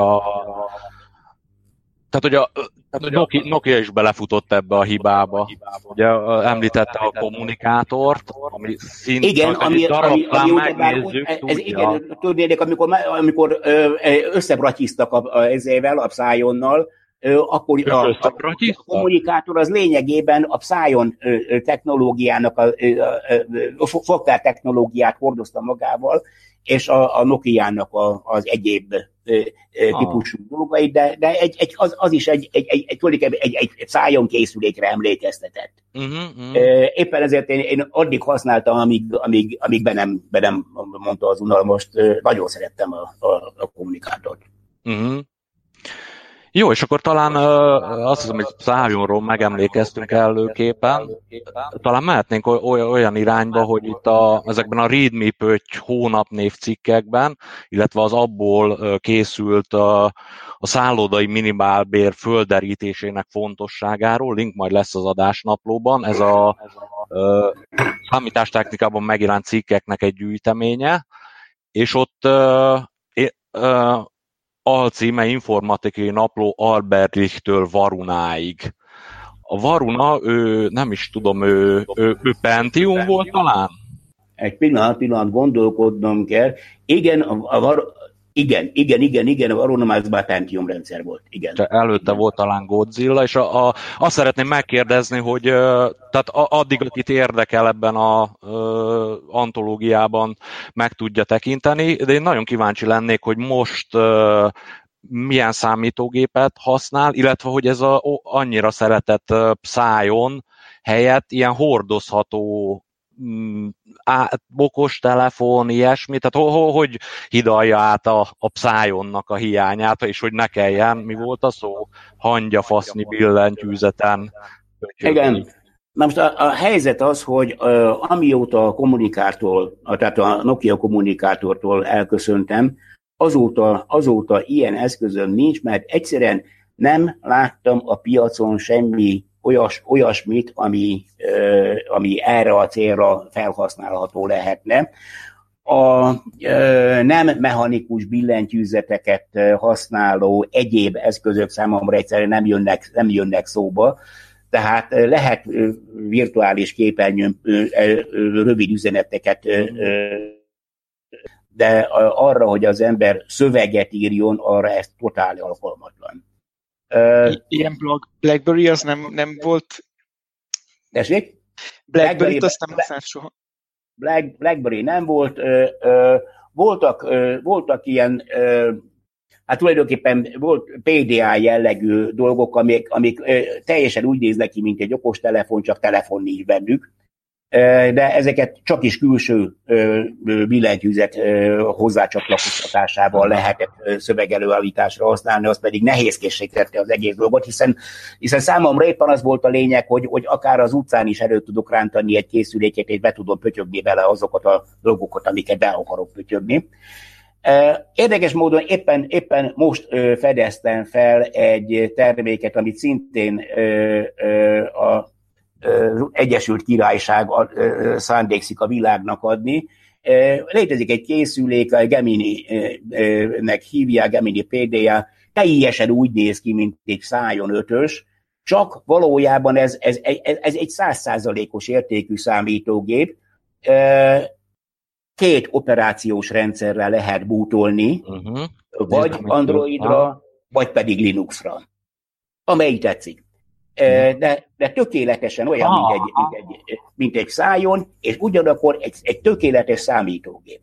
Nokia is belefutott ebbe a hibába. Ugye említette a kommunikátort, ami szinte igen, ami megnézzük, tudnék, amikor összebratyiztak ezével, a Psionnal, akkor a kommunikátor az lényegében a Psion technológiának, a szoftver technológiát hordozta magával, és a Nokia-nak az egyéb típusú dolgai, de az is egy Psion készülékre emlékeztetett. Éppen ezért én addig használtam, amíg be nem mondta az unalmast, nagyon szerettem a kommunikátort. Jó, és akkor talán azt hiszem, hogy Psionról megemlékeztünk előképpen. Talán mehetnénk olyan irányba, hogy itt ezekben a README Pötty hónapnév cikkekben, illetve az abból készült a szállodai minimálbér földerítésének fontosságáról, link majd lesz az adásnaplóban, ez a számítástechnikában megjelent cikkeknek egy gyűjteménye, és ott alcíme Informatikai Napló Alberich-től Varunáig. A Varuna, nem is tudom, ő Pentium volt talán? Egy pillanat gondolkodnom kell. Igen, igen, a Varuna már Pentium rendszer volt. Igen. Előtte volt talán Godzilla, és azt szeretném megkérdezni, hogy tehát addig, akit érdekel ebben az antológiában meg tudja tekinteni, de én nagyon kíváncsi lennék, hogy most milyen számítógépet használ, illetve hogy ez annyira szeretett Psion helyett ilyen hordozható okos telefon, ilyesmi, tehát hogy hidalja át a Psionnak a hiányát, és hogy ne kelljen, mi volt a szó? Hangyafaszni billentyűzeten. Igen. Na most a helyzet az, hogy amióta a kommunikátortól, tehát a Nokia kommunikátortól elköszöntem, azóta ilyen eszközöm nincs, mert egyszerűen nem láttam a piacon semmi olyasmit, ami erre a célra felhasználható lehetne. A nem mechanikus billentyűzeteket használó egyéb eszközök számomra egyszerűen nem jönnek szóba, tehát lehet virtuális képernyőn rövid üzeneteket, de arra, hogy az ember szöveget írjon, arra ez totál alkalmatlan. Ilyen BlackBerry az nem volt? Tessék? BlackBerry-t azt nem használt soha. BlackBerry nem volt. Voltak ilyen, hát tulajdonképpen volt PDA jellegű dolgok, amik teljesen úgy néznek ki, mint egy okostelefon, csak telefon nincs bennük. De ezeket csak is külső billentyűzet hozzácsatlakoztatásával lehetett szövegelőállításra használni, az pedig nehézkésség tette az egész dolgot, hiszen számomra éppen az volt a lényeg, hogy akár az utcán is elő tudok rántani egy készüléket, és be tudom pötyögni bele azokat a dolgokat, amiket be akarok pötyögni. Érdekes módon éppen most fedeztem fel egy terméket, amit szintén az Egyesült Királyság szándékszik a világnak adni. Létezik egy készülék, a Gemini-nek hívják, Gemini PDA, teljesen úgy néz ki, mint egy Psion 5-ös, csak valójában ez egy 100%-os értékű számítógép. 2 operációs rendszerrel lehet bootolni, vagy Androidra, vagy pedig Linuxra, amelyik tetszik. De tökéletesen olyan, mint egy Psion, és ugyanakkor egy tökéletes számítógép.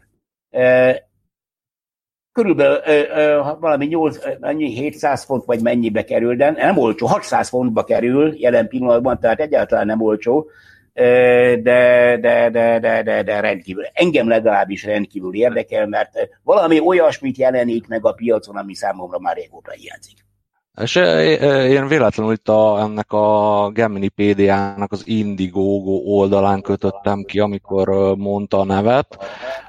Körülbelül valami 700 font vagy mennyibe kerül, de nem olcsó, 600 fontba kerül jelen pillanatban, tehát egyáltalán nem olcsó, de rendkívül, engem legalábbis rendkívül érdekel, mert valami olyasmit jelenít meg a piacon, ami számomra már régóta hiányzik. És én véletlenül itt ennek a Gemini PDA-nak az Indiegogo oldalán kötöttem ki, amikor mondta a nevet.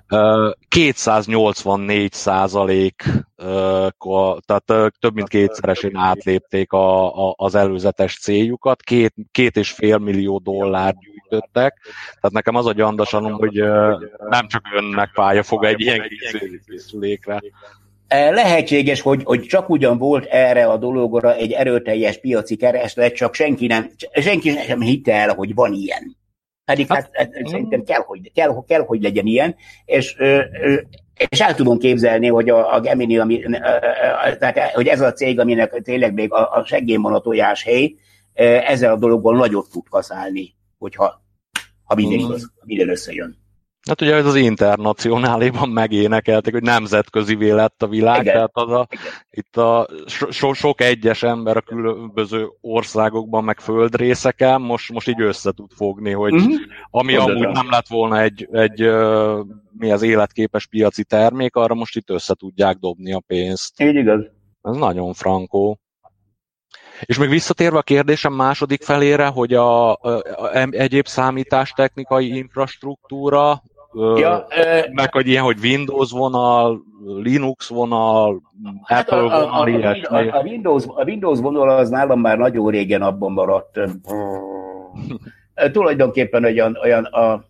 284%, tehát több mint kétszeresén átlépték az előzetes céljukat, $2,5 millió gyűjtöttek. Tehát nekem az a gyandasanom, hogy nem csak önnek pályafoga egy ilyen készülékre. Lehetséges, hogy csak ugyan volt erre a dologra egy erőteljes piaci kereslet, csak senki sem hitte el, hogy van ilyen. Pedig szerintem kell, hogy legyen ilyen, és el tudom képzelni, hogy a Gemini, tehát, hogy ez a cég, aminek tényleg még a seggén van a tojáshely, ezzel a dologgal nagyot tud kaszálni, hogyha minden összejön. Hát ugye ez az Internacionáléban megénekelték, hogy nemzetközivé lett a világ, igen. Tehát itt sok egyes ember a különböző országokban, meg földrészeken most így össze tud fogni, hogy ami amúgy nem lett volna egy mi az életképes piaci termék, arra most itt össze tudják dobni a pénzt. Így igaz. Ez nagyon frankó. És még visszatérve a kérdésem második felére, hogy egyéb számítástechnikai infrastruktúra, meg hogy ilyen, hogy Windows vonal, Linux vonal, Apple vonal, ilyesmi. A Windows vonal az nálam már nagyon régen abban maradt. Tulajdonképpen olyan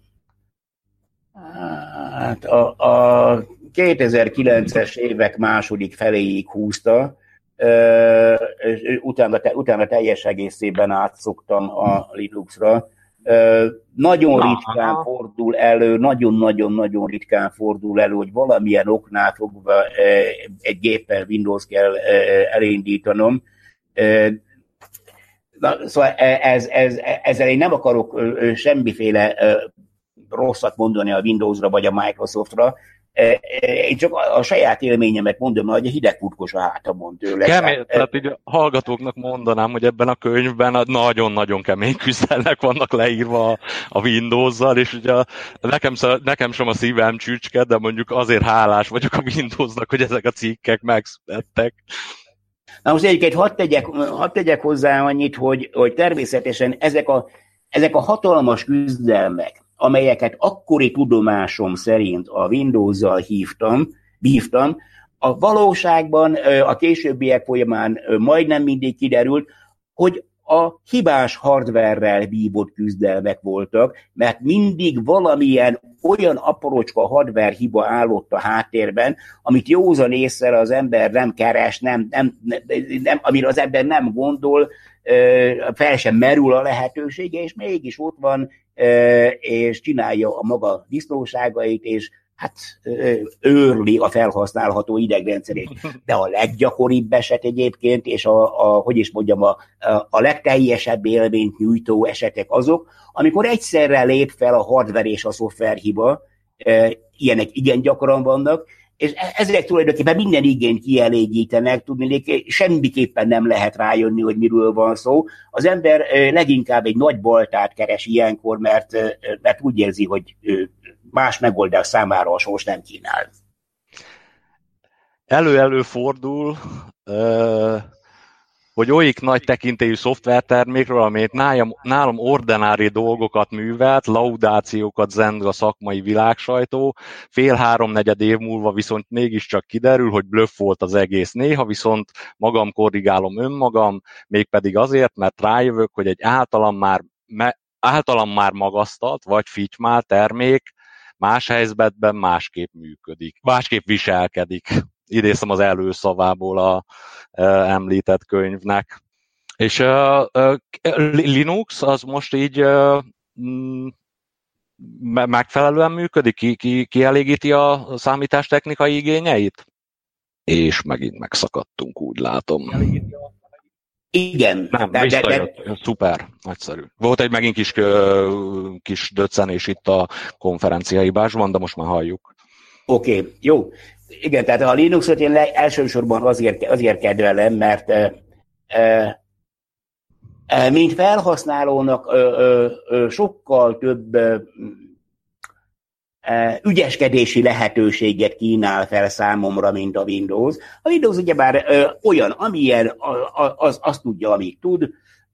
a 2009-es évek második feléig húzta, utána teljes egészében átszoktam a Linuxra. Nagyon ritkán fordul elő, nagyon-nagyon-nagyon ritkán fordul elő, hogy valamilyen oknál fogva egy géppel Windows kell elindítanom. Szóval ezzel én nem akarok semmiféle rosszat mondani a Windowsra vagy a Microsoftra. Én csak a saját élményemet mondom, hogy a hideg futkos a hátamon tőle. Tehát így a hallgatóknak mondanám, hogy ebben a könyvben nagyon-nagyon kemény küzdelmek vannak leírva a Windows-zal, és ugye nekem sem a szívem csücske, de mondjuk azért hálás vagyok a Windowsnak, hogy ezek a cikkek megszülettek. Na most egyébként hadd tegyek hozzá annyit, hogy természetesen ezek a hatalmas küzdelmek, amelyeket akkori tudomásom szerint a Windows-zal vívtam, a valóságban a későbbiek folyamán majdnem mindig kiderült, hogy a hibás hardverrel vívott küzdelmek voltak, mert mindig valamilyen olyan aprócska hardware hiba állott a háttérben, amit józan észre az ember nem keres, amire az ember nem gondol, fel sem merül a lehetősége, és mégis ott van, és csinálja a maga disznóságait, és hát őrli a felhasználható idegrendszerét. De a leggyakoribb eset egyébként, és a legteljesebb élményt nyújtó esetek azok, amikor egyszerre lép fel a hardware és a szoftver hiba, ilyenek igen gyakran vannak, és ezek tulajdonképpen minden igényt kielégítenek, tudni, semmiképpen nem lehet rájönni, hogy miről van szó. Az ember leginkább egy nagy baltát keres ilyenkor, mert úgy érzi, hogy más megoldás számára a sors nem kínál. Elő fordul, hogy olyik nagy tekintélyű szoftvertermékről, amelyet nálam ordinári dolgokat művelt, laudációkat zend a szakmai világsajtó, 2-3 év múlva viszont mégiscsak kiderül, hogy blöff volt az egész. Néha viszont magam korrigálom önmagam, mégpedig azért, mert rájövök, hogy egy általam már magasztalt, vagy fitymált termék más helyzetben másképp működik, másképp viselkedik. Idéztem az előszavából a említett könyvnek. És Linux az most így megfelelően működik? Kielégíti a számítástechnikai igényeit? És megint megszakadtunk, úgy látom. Igen. Nem, visszajött. Szuper, nagyszerű. Volt egy megint kis döccenés itt a konferenciahibásban, de most már halljuk. Oké, jó. Igen, tehát a Linuxot én elsősorban azért kedvelem, mert mint felhasználónak sokkal több ügyeskedési lehetőséget kínál fel számomra, mint a Windows. A Windows ugyebár olyan, amilyen, azt tudja, amit tud,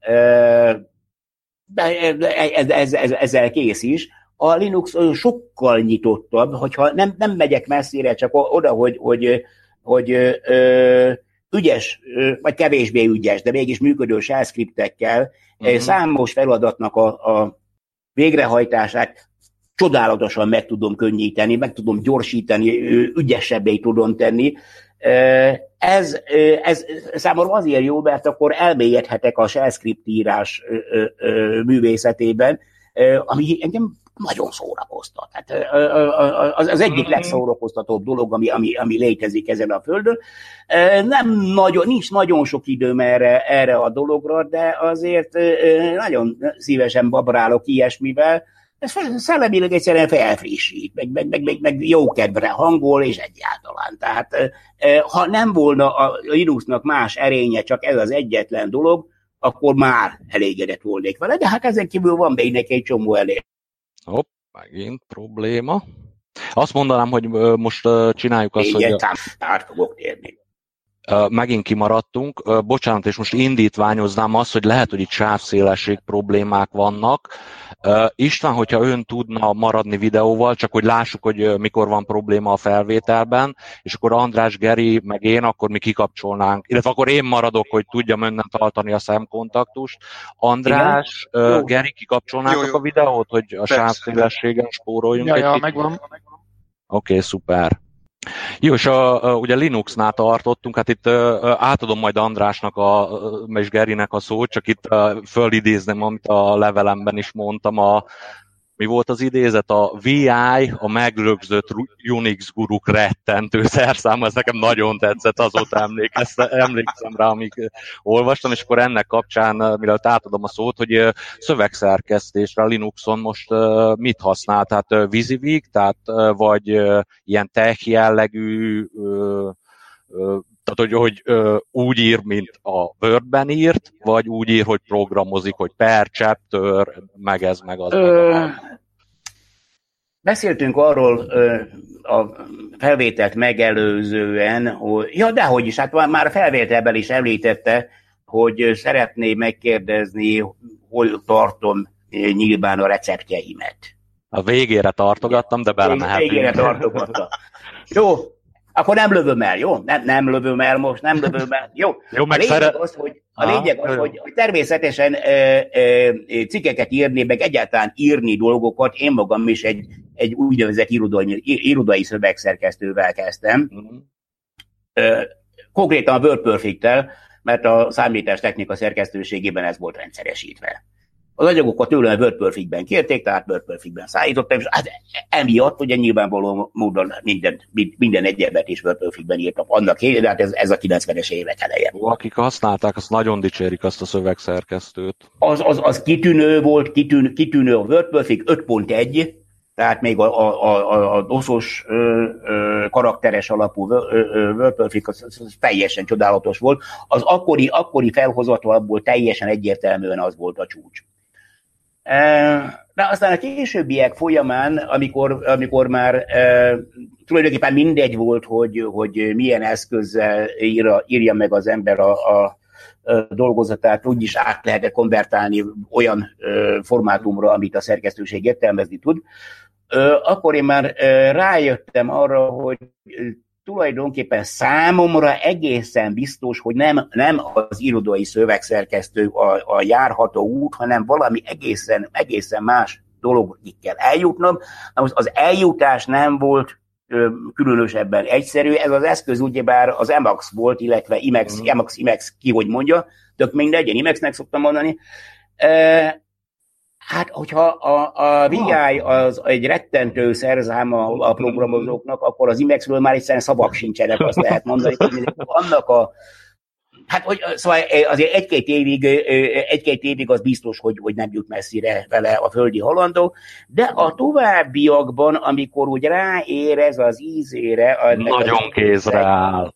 ezzel kész is. A Linux sokkal nyitottabb, hogyha nem megyek messzire, csak oda, hogy ügyes, vagy kevésbé ügyes, de mégis működő shell scriptekkel számos feladatnak a végrehajtását csodálatosan meg tudom könnyíteni, meg tudom gyorsítani, ügyesebbé tudom tenni. Ez számomra azért jó, mert akkor elmélyedhetek a shell script írás művészetében, ami engem nagyon szórakoztat. Tehát az egyik legszórakoztatóbb dolog, ami létezik ezen a földön. Nincs nagyon sok időm erre a dologra, de azért nagyon szívesen babrálok ilyesmivel. Ez szellemileg egyszerűen felfrissít, meg jó kedvre hangol, és egyáltalán. Tehát ha nem volna a Linuxnak más erénye, csak ez az egyetlen dolog, akkor már elégedett volnék vele, de hát ezen kívül van még neki egy csomó elég. Hopp, megint probléma. Azt mondanám, hogy most csináljuk azt, hogy... Át fogok térni. Megint kimaradtunk. Bocsánat, és most indítványoznám azt, hogy lehet, hogy itt sávszélesség problémák vannak. István, hogyha ön tudna maradni videóval, csak hogy lássuk, hogy mikor van probléma a felvételben, és akkor András, Geri, meg én, akkor mi kikapcsolnánk, illetve akkor én maradok, hogy tudjam önnen tartani a szemkontaktust. András, Geri, kikapcsolnátok a videót, hogy a sávszélességen spóroljunk egy kicsit? Megvan. Oké, szuper. Jó, és ugye Linuxnál tartottunk, hát itt átadom majd Andrásnak és Gerinek a szót, csak itt fölidéznem, amit a levelemben is mondtam, mi volt az idézet? A VI, a meglögzött Unix guruk rettentő szerszáma, ez nekem nagyon tetszett, azóta emlékszem rá, amíg olvastam, és akkor ennek kapcsán, mielőtt átadom a szót, hogy szövegszerkesztésre a Linuxon most mit használ? Tehát WYSIWYG, tehát vagy ilyen tech jellegű, tehát, hogy úgy ír, mint a Wordben írt, vagy úgy ír, hogy programozik, hogy per chapter, meg ez, meg az. Beszéltünk arról a felvételt megelőzően, hogy ja, dehogy is, hát már a felvételben is említette, hogy szeretné megkérdezni, hol tartom nyilván a receptjeimet. A végére tartogattam, de belemehetünk. Végére tartogatta. Jó, akkor nem lövöm el, jó? Nem lövöm el most, nem lövöm el. Jó, a lényeg az, hogy természetesen cikkeket írni, meg egyáltalán írni dolgokat, én magam is egy úgynevezett irodai szövegszerkesztővel kezdtem. Konkrétan a WordPerfect-tel, mert a számítástechnika szerkesztőségében ez volt rendszeresítve. Az anyagokat tőlem WordPerfect-ben kérték, tehát WordPerfect-ben szállítottam, és hát emiatt ugye nyilvánvaló módon minden egyebet is WordPerfect-ben írtam annak, de hát ez a 90-es évek eleje. Akik használták, azt nagyon dicsérik azt a szövegszerkesztőt. Az kitűnő volt, kitűnő a WordPerfect 5.1, tehát még a DOS-os karakteres alapú WordPerfect az teljesen csodálatos volt. Az akkori felhozatalból teljesen egyértelműen az volt a csúcs. De aztán a későbbiek folyamán, amikor már tulajdonképpen mindegy volt, hogy milyen eszközzel írja meg az ember a dolgozatát, úgyis át lehetett konvertálni olyan formátumra, amit a szerkesztőség értelmezni tud, akkor én már rájöttem arra, hogy tulajdonképpen számomra egészen biztos, hogy nem az irodai szövegszerkesztő a járható út, hanem valami egészen más dologig kell eljutnom. Na most az eljutás nem volt különösebben egyszerű. Ez az eszköz ugyebár az Emacs volt, illetve Emacs, ki hogy mondja, tök mindegy, én Emacsnek szoktam mondani. Hát, hogyha a VI az egy rettentő szerzáma a programozóknak, akkor az Emacsről már egyszerűen szavak sincsenek, azt lehet mondani, hogy annak hát, hogy szóval azért egy-két évig az biztos, hogy nem jut messzire vele a földi halandó, de a továbbiakban, amikor úgy ráérez az ízére... Nagyon kézre áll.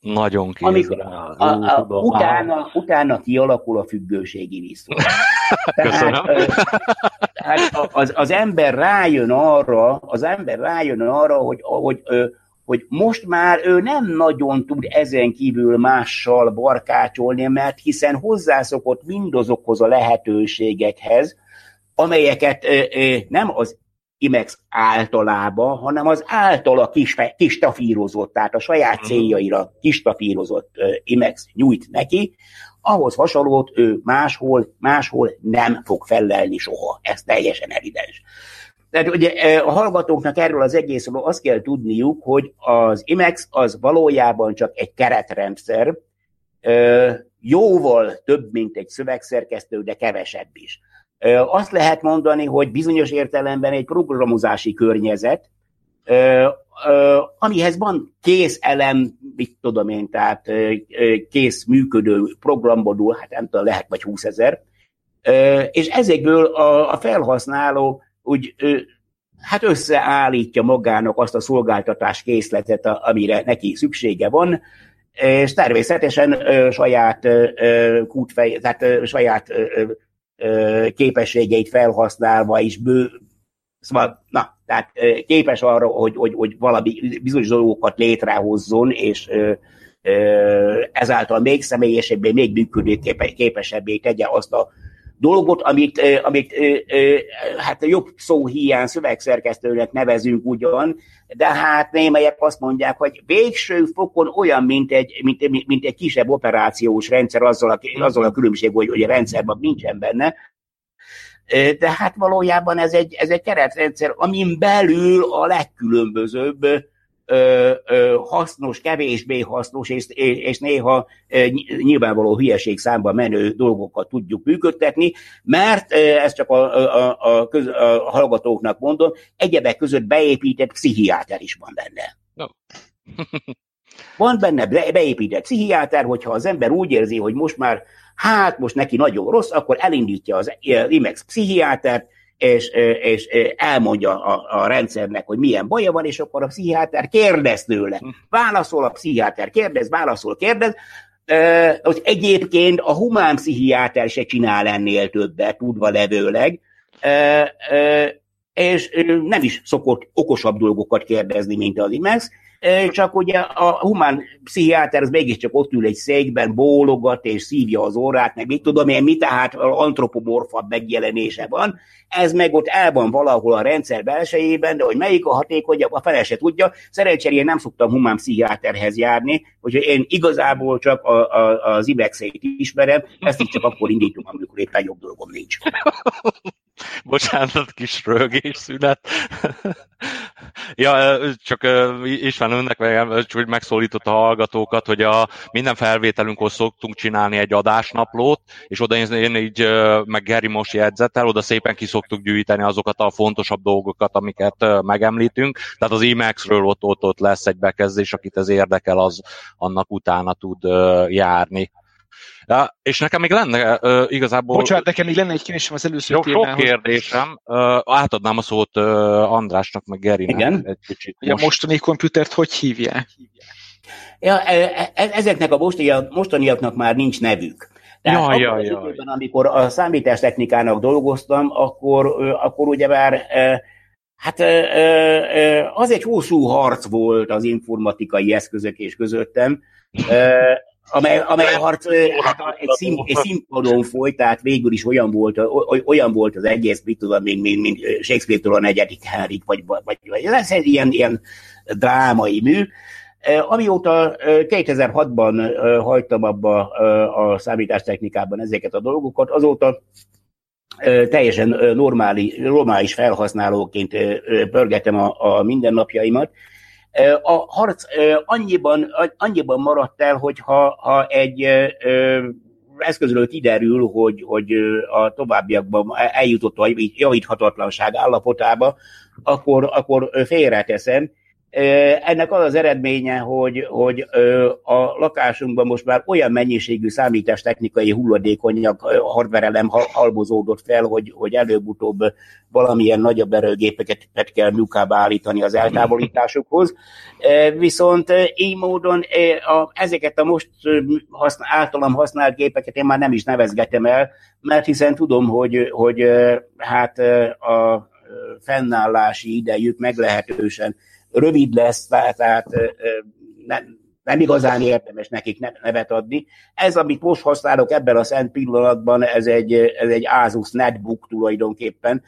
Utána kialakul a függőségi viszony. Köszönöm. Tehát az ember rájön arra, hogy most már ő nem nagyon tud ezen kívül mással barkácsolni, mert hiszen hozzászokott mindazokhoz a lehetőségekhez, amelyeket nem az Emacs általában, hanem az általa kistafírozott, tehát a saját céljaira kistafírozott Emacs nyújt neki, ahhoz hasonlót ő máshol nem fog fellelni soha. Ez teljesen evidens. Tehát ugye a hallgatóknak erről az egészről azt kell tudniuk, hogy az Emacs az valójában csak egy keretrendszer, jóval több, mint egy szövegszerkesztő, de kevesebb is. Azt lehet mondani, hogy bizonyos értelemben egy programozási környezet, amihez van kész elem, mit tudom én, tehát kész működő programból, hát nem tudom, lehet vagy 20 000, és ezekből a felhasználó úgy hát összeállítja magának azt a szolgáltatás készletet, amire neki szüksége van, és természetesen saját képességeit felhasználva is szóval, tehát képes arra, hogy valami bizonyos dolgokat létrehozzon, és ezáltal még személyesebbé, még működőképesebbé tegye azt a dolgot, amit hát jobb szó hiány szövegszerkesztőnek nevezünk ugyan, de hát némelyek azt mondják, hogy végső fokon olyan, mint egy kisebb operációs rendszer, azzal a különbség, hogy a rendszerben nincsen benne, de hát valójában ez egy keretrendszer, amin belül a legkülönbözőbb hasznos, kevésbé hasznos, és néha nyilvánvaló hülyeség számba menő dolgokat tudjuk működtetni, mert ezt csak a hallgatóknak mondom, egyebek között beépített pszichiáter is van benne. No. Van benne beépített pszichiáter, hogyha az ember úgy érzi, hogy most neki nagyon rossz, akkor elindítja az IMEX pszichiátert, és elmondja a rendszernek, hogy milyen baja van, és akkor a pszichiáter kérdez tőle. Válaszol a pszichiáter, kérdez, hogy egyébként a humán pszichiáter se csinál ennél többet, tudva levőleg, és nem is szokott okosabb dolgokat kérdezni, mint az IMEX, csak ugye a humán pszichiáter az mégiscsak ott ül egy székben, bólogat és szívja az orrát, meg mit tudom én, tehát antropomorfabb megjelenése van, ez meg ott el van valahol a rendszer belsejében, de hogy melyik a hatékonyabb, a fele se tudja. Szerencsére én nem szoktam humán pszichiáterhez járni, úgyhogy én igazából csak az IMEX-ét ismerem, ezt is csak akkor indítom, amikor éppen jobb dolgom nincs. Bocsánat, kis rögésszünet. Ja, csak István önnek csak megszólított a hallgatókat, hogy minden felvételünkhoz szoktunk csinálni egy adásnaplót, és oda én így, meg Geri most jegyzettel, oda szépen ki szoktuk gyűjteni azokat a fontosabb dolgokat, amiket megemlítünk. Tehát az IMEX-ről ott lesz egy bekezdés, akit ez érdekel, az annak utána tud járni. Ja, és nekem még lenne igazából... Bocsánat, nekem még lenne egy kérdésem az előző témához. Sok kérdésem. Átadnám a szót Andrásnak, meg Gerinek. Igen? Egy kicsit most. A mostani komputert hogy hívják? Ja, ezeknek a mostaniaknak már nincs nevük. Tehát időben, amikor a számítástechnikának dolgoztam, akkor ugyebár az egy hosszú harc volt az informatikai eszközök és közöttem, amely harc egy színpadon folyt, tehát végül is olyan volt az egész, mit tudom, mint Shakespeare-től a 4. Henrik, vagy ez egy ilyen drámai mű. Amióta 2006-ban hagytam abba a számítástechnikában ezeket a dolgokat, azóta teljesen normális felhasználóként pörgetem a mindennapjaimat. A harc annyiban maradt el, hogy ha egy eszközről kiderül, hogy a továbbiakban eljutott a javíthatatlanság állapotába, akkor félreteszem. Ennek az eredménye, hogy a lakásunkban most már olyan mennyiségű számítástechnikai hulladékanyag hardware-elem halmozódott fel, hogy előbb-utóbb valamilyen nagyobb erőgépeket kell munkába állítani az eltávolításukhoz. Viszont így módon ezeket a most általam használt gépeket én már nem is nevezgetem el, mert hiszen tudom, hogy hát a fennállási idejük meglehetősen rövid lesz, tehát nem igazán érdemes nekik nevet adni. Ez, amit most használok ebben a szent pillanatban, ez egy Asus Netbook tulajdonképpen.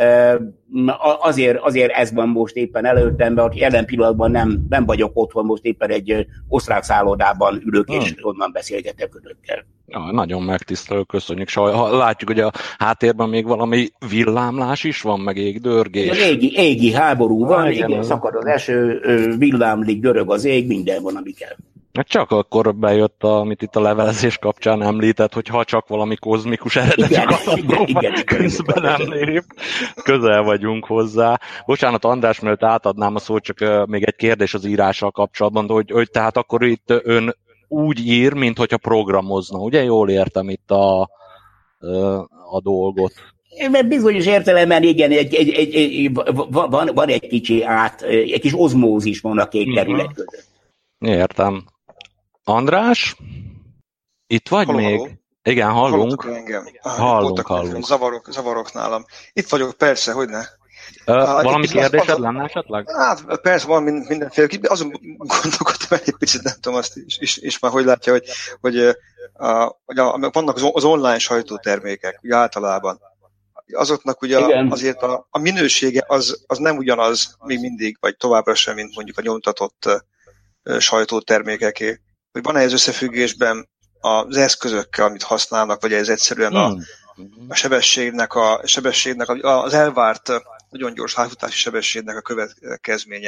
Azért ez van most éppen előttem, mert jelen pillanatban nem vagyok otthon, most éppen egy osztrák szállodában ülök, és onnan beszélgetek önökkel. Ja, nagyon megtisztelő, köszönjük. Látjuk, hogy a háttérben még valami villámlás is van, meg égdörgés. Égi háború van, igen, szakad az eső, villámlik, dörög az ég, minden van, ami kell. Csak akkor bejött, amit itt a levelezés kapcsán említett, hogy ha csak valami kozmikus eredetű katasztrófa közben nem lép, közel vagyunk hozzá. Bocsánat, András, mielőtt átadnám a szót, csak még egy kérdés az írással kapcsolatban, hogy tehát akkor itt ön úgy ír, mint hogyha programozna, ugye? Jól értem itt a dolgot. Mert bizonyos értelemben igen, van egy kicsi egy kis ozmózis van a két terület között. Értem. András? Itt vagy halló, még? Halló. Igen, hallunk. Engem. Hallunk. Zavarok nálam. Itt vagyok, persze, hogyne. Valami kérdésed lenne esetleg? Hát persze van mindenféle. Azon gondolkodtam egy picit, nem tudom azt is már hogy látja, hogy vannak az online sajtótermékek, ugye általában. Azoknak ugye azért a minősége az nem ugyanaz még mindig, vagy továbbra sem, mint mondjuk a nyomtatott sajtótermékeké. Hogy van-e ez összefüggésben az eszközökkel, amit használnak, vagy ez egyszerűen a sebességnek az elvárt, nagyon gyors átfutási sebességnek a következménye.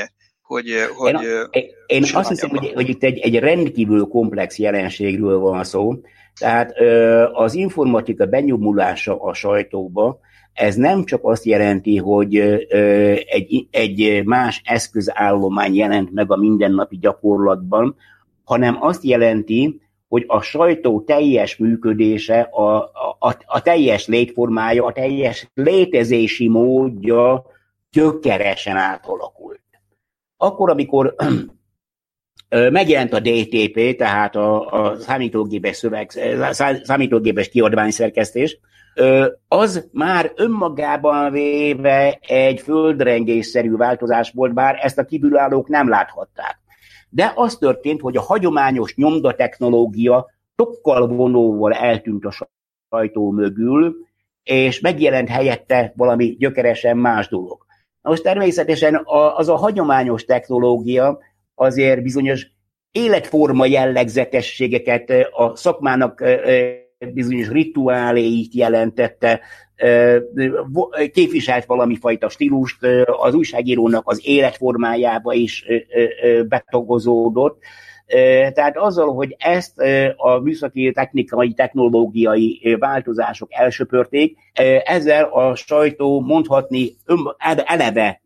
Én azt hiszem, hogy itt egy rendkívül komplex jelenségről van szó. Tehát az informatika benyomulása a sajtóba, ez nem csak azt jelenti, hogy egy más eszközállomány jelent meg a mindennapi gyakorlatban, hanem azt jelenti, hogy a sajtó teljes működése, a teljes létformája, a teljes létezési módja gyökeresen átalakult. Akkor, amikor megjelent a DTP, tehát a számítógépes kiadványszerkesztés, az már önmagában véve egy földrengésszerű változás volt, bár ezt a kívülállók nem láthatták. De az történt, hogy a hagyományos nyomdatechnológia tokkal vonóval eltűnt a sajtó mögül, és megjelent helyette valami gyökeresen más dolog. Most természetesen az a hagyományos technológia azért bizonyos életforma jellegzetességeket, a szakmának bizonyos rituáléit jelentette, képviselt valami fajta stílust, az újságírónak az életformájába is betagozódott. Tehát azzal, hogy ezt a műszaki, technikai, technológiai változások elsöpörték, ezzel a sajtó mondhatni eleve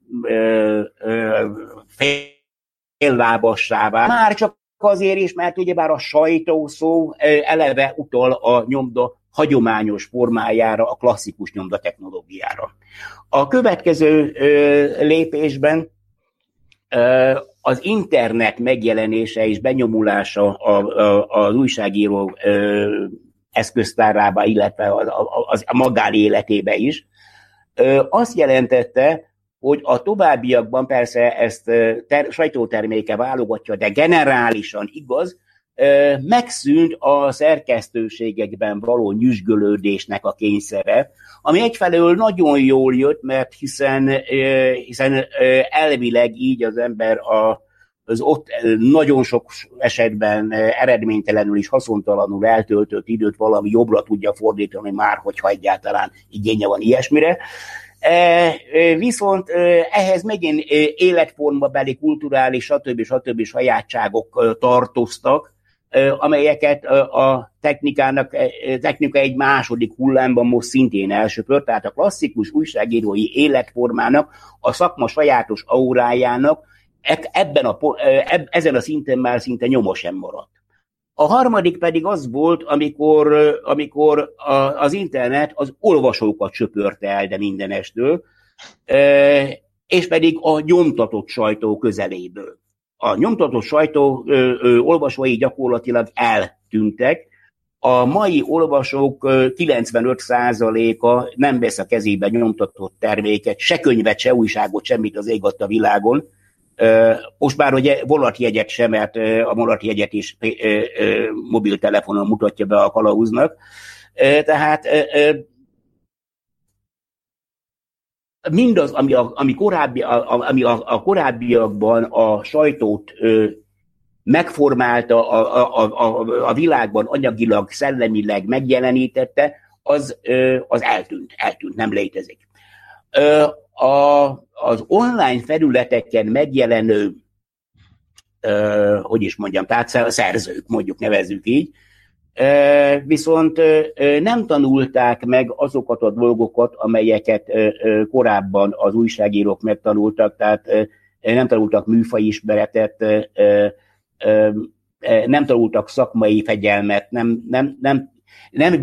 féllábassá vált. Már csak azért is, mert ugyebár a sajtó szó eleve utal a nyomda hagyományos formájára, a klasszikus nyomda technológiára. A következő lépésben az internet megjelenése és benyomulása az újságíró eszköztárába, illetve a magánéletébe is, azt jelentette, hogy a továbbiakban persze ezt sajtóterméke válogatja, de generálisan igaz, megszűnt a szerkesztőségekben való nyüzsgölődésnek a kényszere, ami egyfelől nagyon jól jött, mert hiszen elvileg így az ember az ott nagyon sok esetben eredménytelenül és haszontalanul eltöltött időt valami jobbra tudja fordítani már, hogyha egyáltalán igénye van ilyesmire. Viszont ehhez megint életformabeli, kulturális, stb. Sajátságok tartoztak, amelyeket a technika egy második hullámban most szintén elsöpört, tehát a klasszikus újságírói életformának, a szakma sajátos aurájának ezen a szinten már szinte nyoma sem maradt. A harmadik pedig az volt, amikor az internet az olvasókat söpörte el, de mindenestől, és pedig a nyomtatott sajtó közeléből. A nyomtatott sajtó olvasói gyakorlatilag eltűntek. A mai olvasók 95%-a nem vesz a kezébe nyomtatott terméket, se könyvet, se újságot, semmit az ég adta világon. Most már ugye vonatjegyet sem, mert a vonatjegyet is mobiltelefonon mutatja be a kalauznak. Tehát mindaz, ami a korábbiakban a sajtót megformálta, a világban anyagilag, szellemileg megjelenítette, az eltűnt, nem létezik. Az online felületeken megjelenő, tehát szerzők, mondjuk nevezzük így, viszont nem tanulták meg azokat a dolgokat, amelyeket korábban az újságírók megtanultak, tehát nem tanultak műfajismeretet, nem tanultak szakmai fegyelmet, nem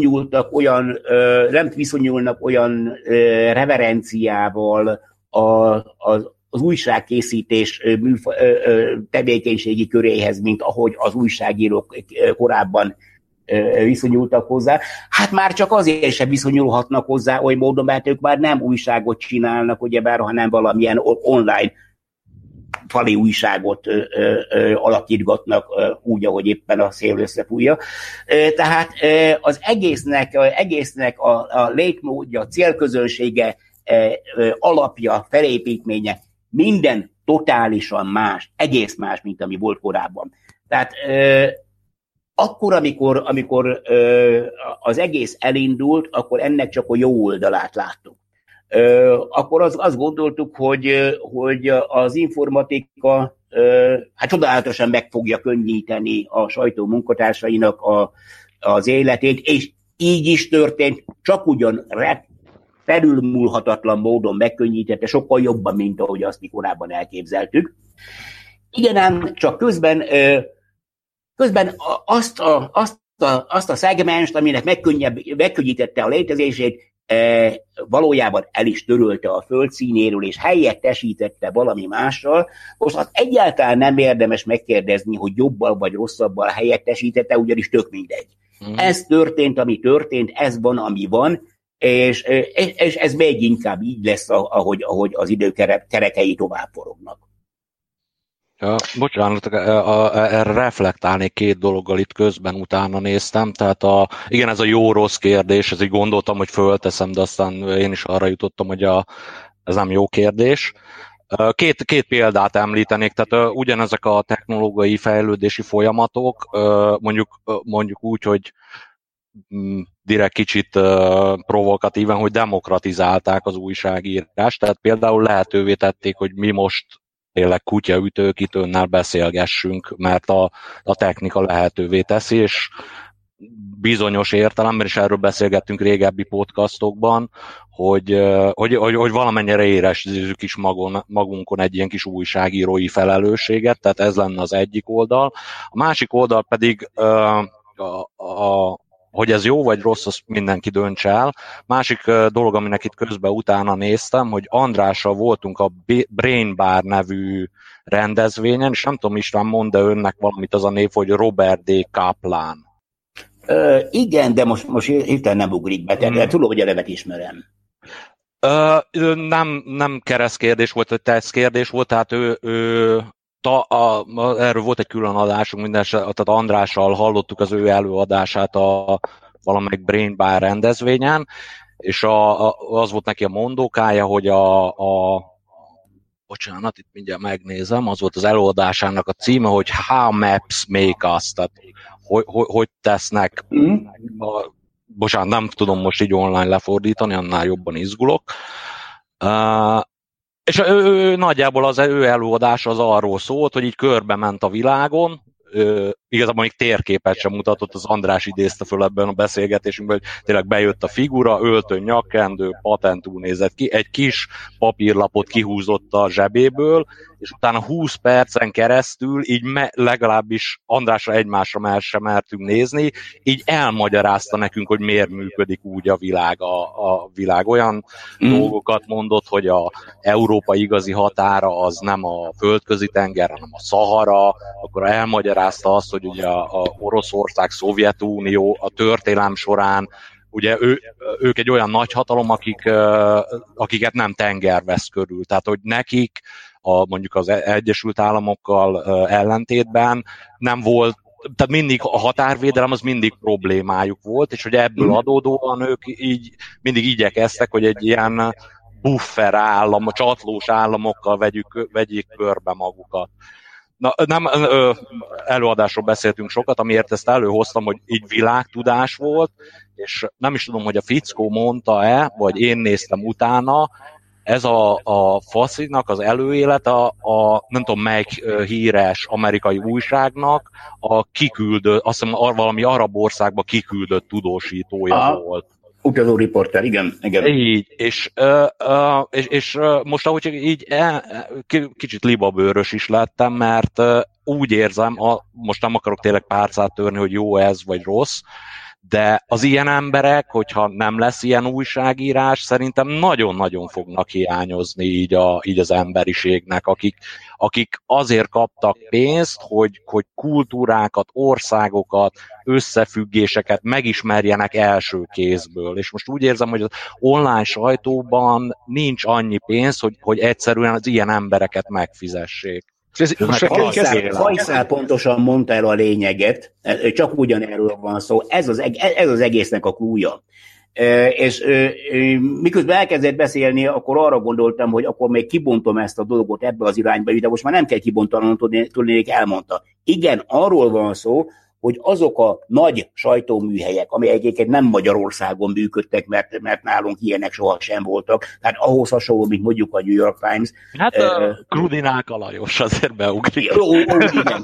viszonyulnak olyan reverenciával az újságkészítés tevékenységi köréhez, mint ahogy az újságírók korábban viszonyultak hozzá. Hát már csak azért sem viszonyulhatnak hozzá oly módon, mert ők már nem újságot csinálnak, ugyebár, hanem valamilyen online fali újságot alakítgatnak úgy, ahogy éppen a szél összefújja. Tehát az egésznek a létmódja, célközönsége, alapja, felépítménye, minden totálisan más, egész más, mint ami volt korábban. Tehát akkor, amikor az egész elindult, akkor ennek csak a jó oldalát láttuk. akkor azt gondoltuk, hogy az informatika hát csodálatosan meg fogja könnyíteni a sajtó munkatársainak az életét, és így is történt, csak ugyan felülmúlhatatlan módon megkönnyítette, sokkal jobban, mint ahogy azt mi korábban elképzeltük. Igen, ám csak közben azt a szegmenst, aminek megkönnyítette a létezését, valójában el is törölte a földszínéről, és helyettesítette valami mással. Most az egyáltalán nem érdemes megkérdezni, hogy jobbal vagy rosszabbal helyettesítette, ugyanis tök mindegy. Ez történt, ami történt, ez van, ami van, és ez még inkább így lesz, ahogy az idő kerekei tovább forognak. Ja, bocsánat, erre reflektálnék két dologgal itt közben, utána néztem, tehát igen, ez a jó-rossz kérdés, ez így gondoltam, hogy fölteszem, de aztán én is arra jutottam, hogy ez nem jó kérdés. Két példát említenék, tehát ugyanezek a technológiai fejlődési folyamatok, mondjuk úgy, hogy direkt kicsit provokatíven, hogy demokratizálták az újságírást, tehát például lehetővé tették, hogy mi most tényleg kutyaütőkitőnnel beszélgessünk, mert a technika lehetővé teszi, és bizonyos értelemben, és erről beszélgettünk régebbi podcastokban, hogy valamennyire érezzük is magunkon egy ilyen kis újságírói felelősséget, tehát ez lenne az egyik oldal. A másik oldal pedig hogy ez jó vagy rossz, azt mindenki döntse el. Másik dolog, aminek itt közben utána néztem, hogy Andrással voltunk a Brain Bar nevű rendezvényen, és nem tudom, István, mondd-e önnek valamit az a név, hogy Robert D. Kaplan. Igen, de most hirtelen nem ugrik be, tehát tudom, hogy a nevet ismerem. Nem keresztkérdés volt, vagy tesztkérdés volt, tehát erről volt egy külön adásunk, tehát Andrással hallottuk az ő előadását a valamelyik Brain Bar rendezvényen, és az volt neki a mondókája, hogy bocsánat, itt mindjárt megnézem, az volt az előadásának a címe, hogy How Maps Make Us, tehát hogy tesznek, bocsánat, nem tudom most így online lefordítani, annál jobban izgulok. És nagyjából az ő előadása az arról szólt, hogy így körbe ment a világon, igazából még térképet sem mutatott, az András idézte föl ebben a beszélgetésünkben, hogy tényleg bejött a figura, öltön, nyakkendő, patentú nézett ki, egy kis papírlapot kihúzott a zsebéből, és utána 20 percen keresztül így legalábbis Andrásra egymásra sem mertünk nézni, így elmagyarázta nekünk, hogy miért működik úgy a világ. Olyan dolgokat mondott, hogy a Európa igazi határa az nem a földközi tenger, hanem a Szahara, akkor elmagyarázta azt, hogy ugye a Oroszország, Szovjetunió a történelem során ugye ők egy olyan nagyhatalom, akiket nem tenger vesz körül. Tehát, hogy nekik mondjuk az Egyesült Államokkal ellentétben nem volt, tehát mindig a határvédelem az mindig problémájuk volt, és hogy ebből adódóan ők így mindig igyekeztek, hogy egy ilyen buffer állam, a csatlós államokkal vegyék körbe magukat. Na, nem előadásról beszéltünk sokat, amiért ezt előhoztam, hogy így világtudás volt, és nem is tudom, hogy a fickó mondta-e, vagy én néztem utána, ez a faszinak az előélete a nem tudom melyik híres amerikai újságnak a kiküldött, azt hiszem valami arab országba kiküldött tudósítója volt. Utazó riporter, igen. Így, és most ahogy így kicsit libabőrös is lettem, mert úgy érzem, most nem akarok tényleg párcát törni, hogy jó ez vagy rossz, de az ilyen emberek, hogyha nem lesz ilyen újságírás, szerintem nagyon-nagyon fognak hiányozni így az emberiségnek, akik azért kaptak pénzt, hogy kultúrákat, országokat, összefüggéseket megismerjenek első kézből. És most úgy érzem, hogy az online sajtóban nincs annyi pénz, hogy egyszerűen az ilyen embereket megfizessék. Hajszál pontosan mondta el a lényeget, csak ugyanerről van szó, ez az egésznek a klúja. És miközben elkezdett beszélni, akkor arra gondoltam, hogy akkor még kibontom ezt a dolgot ebbe az irányba, de most már nem kell kibontanom, tudnék, elmondta. Igen, arról van szó, hogy azok a nagy sajtóműhelyek, amelyek egyébként nem Magyarországon működtek, mert nálunk ilyenek sohasem voltak, tehát ahhoz hasonló, mint mondjuk a New York Times. Hát a Krudinák Alajos azért beugrik. Igen.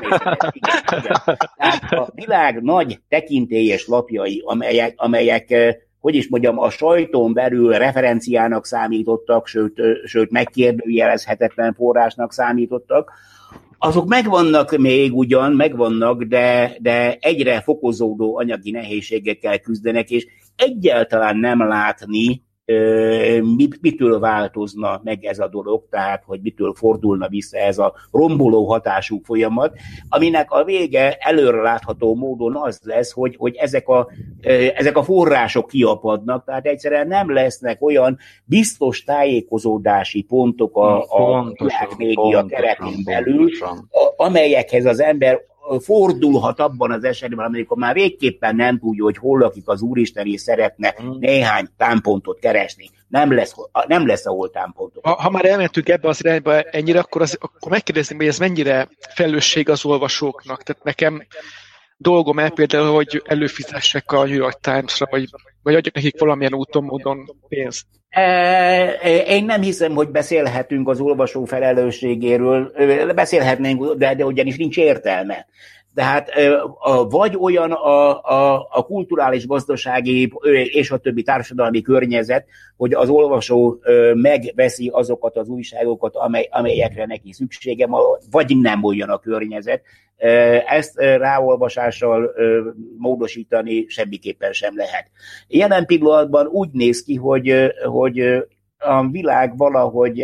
Tehát a világ nagy tekintélyes lapjai, amelyek hogy is mondjam, a sajtón belül referenciának számítottak, sőt megkérdőjelezhetetlen forrásnak számítottak, azok megvannak még ugyan, de egyre fokozódó anyagi nehézségekkel küzdenek, és egyáltalán nem látni, mitől változna meg ez a dolog, tehát hogy mitől fordulna vissza ez a romboló hatású folyamat, aminek a vége előre látható módon az lesz, hogy ezek a források kiapadnak, tehát egyszerűen nem lesznek olyan biztos tájékozódási pontok a világmédia keretén belül, amelyekhez az ember fordulhat abban az esetben, amikor már végképpen nem tudja, hogy hol lakik az Úristen, és szeretne néhány támpontot keresni. Nem lesz ahol támpontot. Ha már elmentünk ebbe az irányba ennyire, akkor megkérdezném, hogy ez mennyire felelősség az olvasóknak. Tehát nekem dolgom például, hogy előfizessek a New York Times-ra, vagy adjak nekik valamilyen úton, módon pénzt. Én nem hiszem, hogy beszélhetünk az olvasó felelősségéről, beszélhetnénk, de ugyanis nincs értelme. Tehát vagy olyan a kulturális, gazdasági és a többi társadalmi környezet, hogy az olvasó megveszi azokat az újságokat, amelyekre neki szüksége van, vagy nem olyan a környezet. Ezt ráolvasással módosítani semmiképpen sem lehet. Jelen pillanatban úgy néz ki, hogy a világ valahogy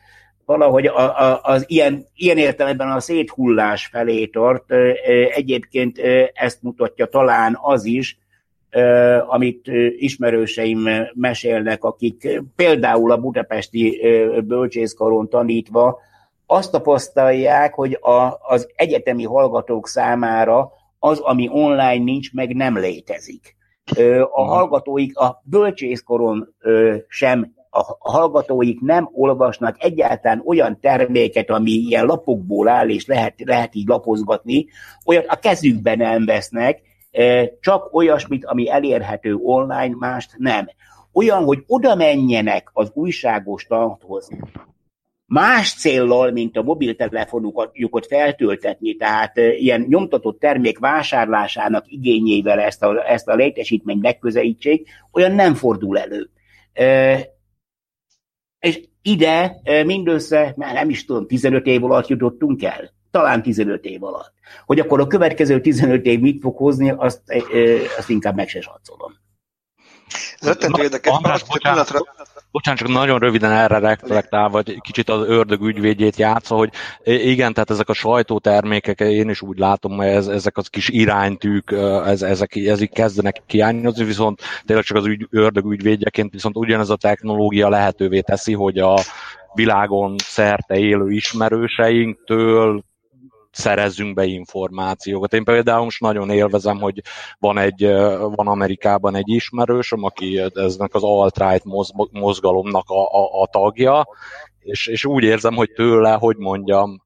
az ilyen értelemben a széthullás felé tart. Egyébként ezt mutatja talán az is, amit ismerőseim mesélnek, akik például a budapesti bölcsészkaron tanítva azt tapasztalják, hogy az egyetemi hallgatók számára az, ami online nincs, meg nem létezik. A hallgatóik a bölcsészkaron sem, a hallgatóik nem olvasnak egyáltalán olyan terméket, ami ilyen lapokból áll, és lehet így lapozgatni, olyat a kezükben nem vesznek, csak olyasmit, ami elérhető online, mást nem. Olyan, hogy oda menjenek az újságos tanthoz, más céllal, mint a mobiltelefonukat feltöltetni, tehát ilyen nyomtatott termék vásárlásának igényével ezt a létesítményt megközelítsék, olyan nem fordul elő. És ide mindössze, már nem is tudom, 15 év alatt jutottunk el. Talán 15 év alatt. Hogy akkor a következő 15 év mit fog hozni, azt inkább meg se satszolom. Ez rettentő érdekes. András, bocsánat, csak nagyon röviden erre reflektálva, vagy kicsit az ördög ügyvédjét játszva, hogy igen, tehát ezek a sajtótermékek, én is úgy látom, hogy ezek az kis iránytűk, ezek így kezdenek kiányolni, viszont tényleg csak az ördög ügyvédjeként viszont ugyanez a technológia lehetővé teszi, hogy a világon szerte élő ismerőseinktől szerezzünk be információkat. Én például most nagyon élvezem, hogy van Amerikában egy ismerősöm, aki eznek az alt-right mozgalomnak a tagja, és úgy érzem, hogy tőle, hogy mondjam,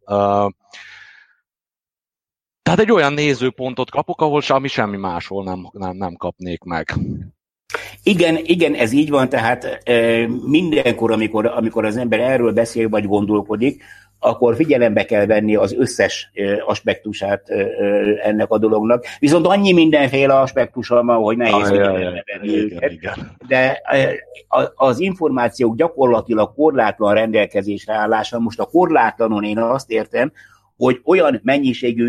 tehát egy olyan nézőpontot kapok, ahol semmi máshol nem kapnék meg. Igen, ez így van, tehát mindenkor, amikor az ember erről beszél vagy gondolkodik, akkor figyelembe kell venni az összes aspektusát ennek a dolognak. Viszont annyi mindenféle aspektusa van, hogy nehéz figyelembe venni őket. De az információk gyakorlatilag korlátlan rendelkezésre állása, most a korlátlanon én azt értem, hogy olyan mennyiségű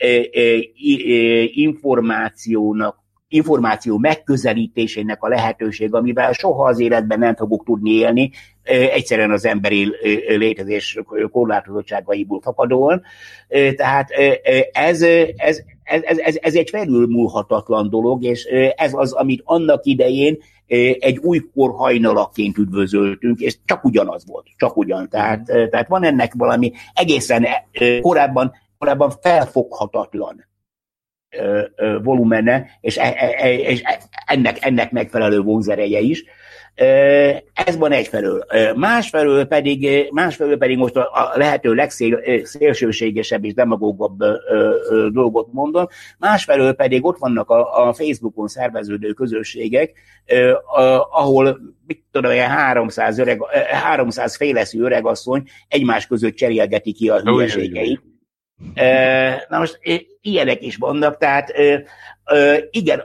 információ megközelítésének a lehetőség, amivel soha az életben nem fogok tudni élni, egyszerűen az emberi létezés korlátozottságaiból fakadóan. Tehát ez egy felülmúlhatatlan dolog, és ez az, amit annak idején egy újkor hajnalaként üdvözöltünk, és csak ugyanaz volt, csak ugyan. Tehát van ennek valami egészen korábban felfoghatatlan volumene, és ennek megfelelő vonzereje is. Ez van egyfelől. Másfelől pedig most a lehető legszélsőségesebb és demagógabb dolgot mondom, másfelől pedig ott vannak a Facebookon szerveződő közösségek, ahol mit tudom, 300 féleszű öregasszony egymás között cserélgeti ki a hülyeségeit. Na most ilyenek is vannak, tehát igen,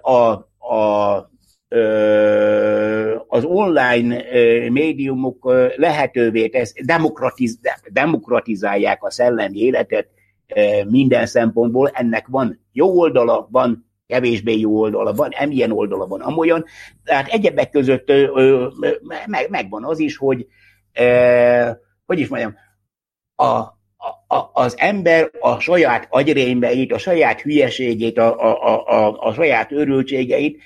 az online médiumok lehetővé demokratizálják a szellemi életet minden szempontból. Ennek van jó oldala, van kevésbé jó oldala, van emilyen oldala, van amolyan. Tehát egyebek között megvan az is, hogy hogy is mondjam, az ember a saját agyrémeit, a saját hülyeségét, a saját őrültségeit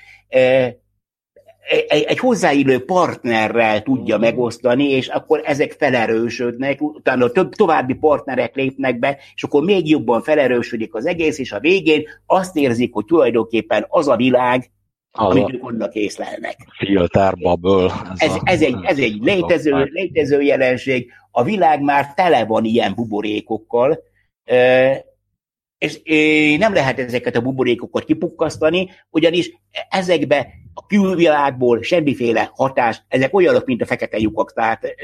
egy hozzáillő partnerrel tudja megosztani, és akkor ezek felerősödnek, utána további partnerek lépnek be, és akkor még jobban felerősödik az egész, és a végén azt érzik, hogy tulajdonképpen az a világ, amit ők onnan készlelnek. Filter bubble. Ez egy létező jelenség. A világ már tele van ilyen buborékokkal, és nem lehet ezeket a buborékokat kipukkasztani, ugyanis ezekbe a külvilágból semmiféle hatás, ezek olyanok, mint a fekete lyukak, tehát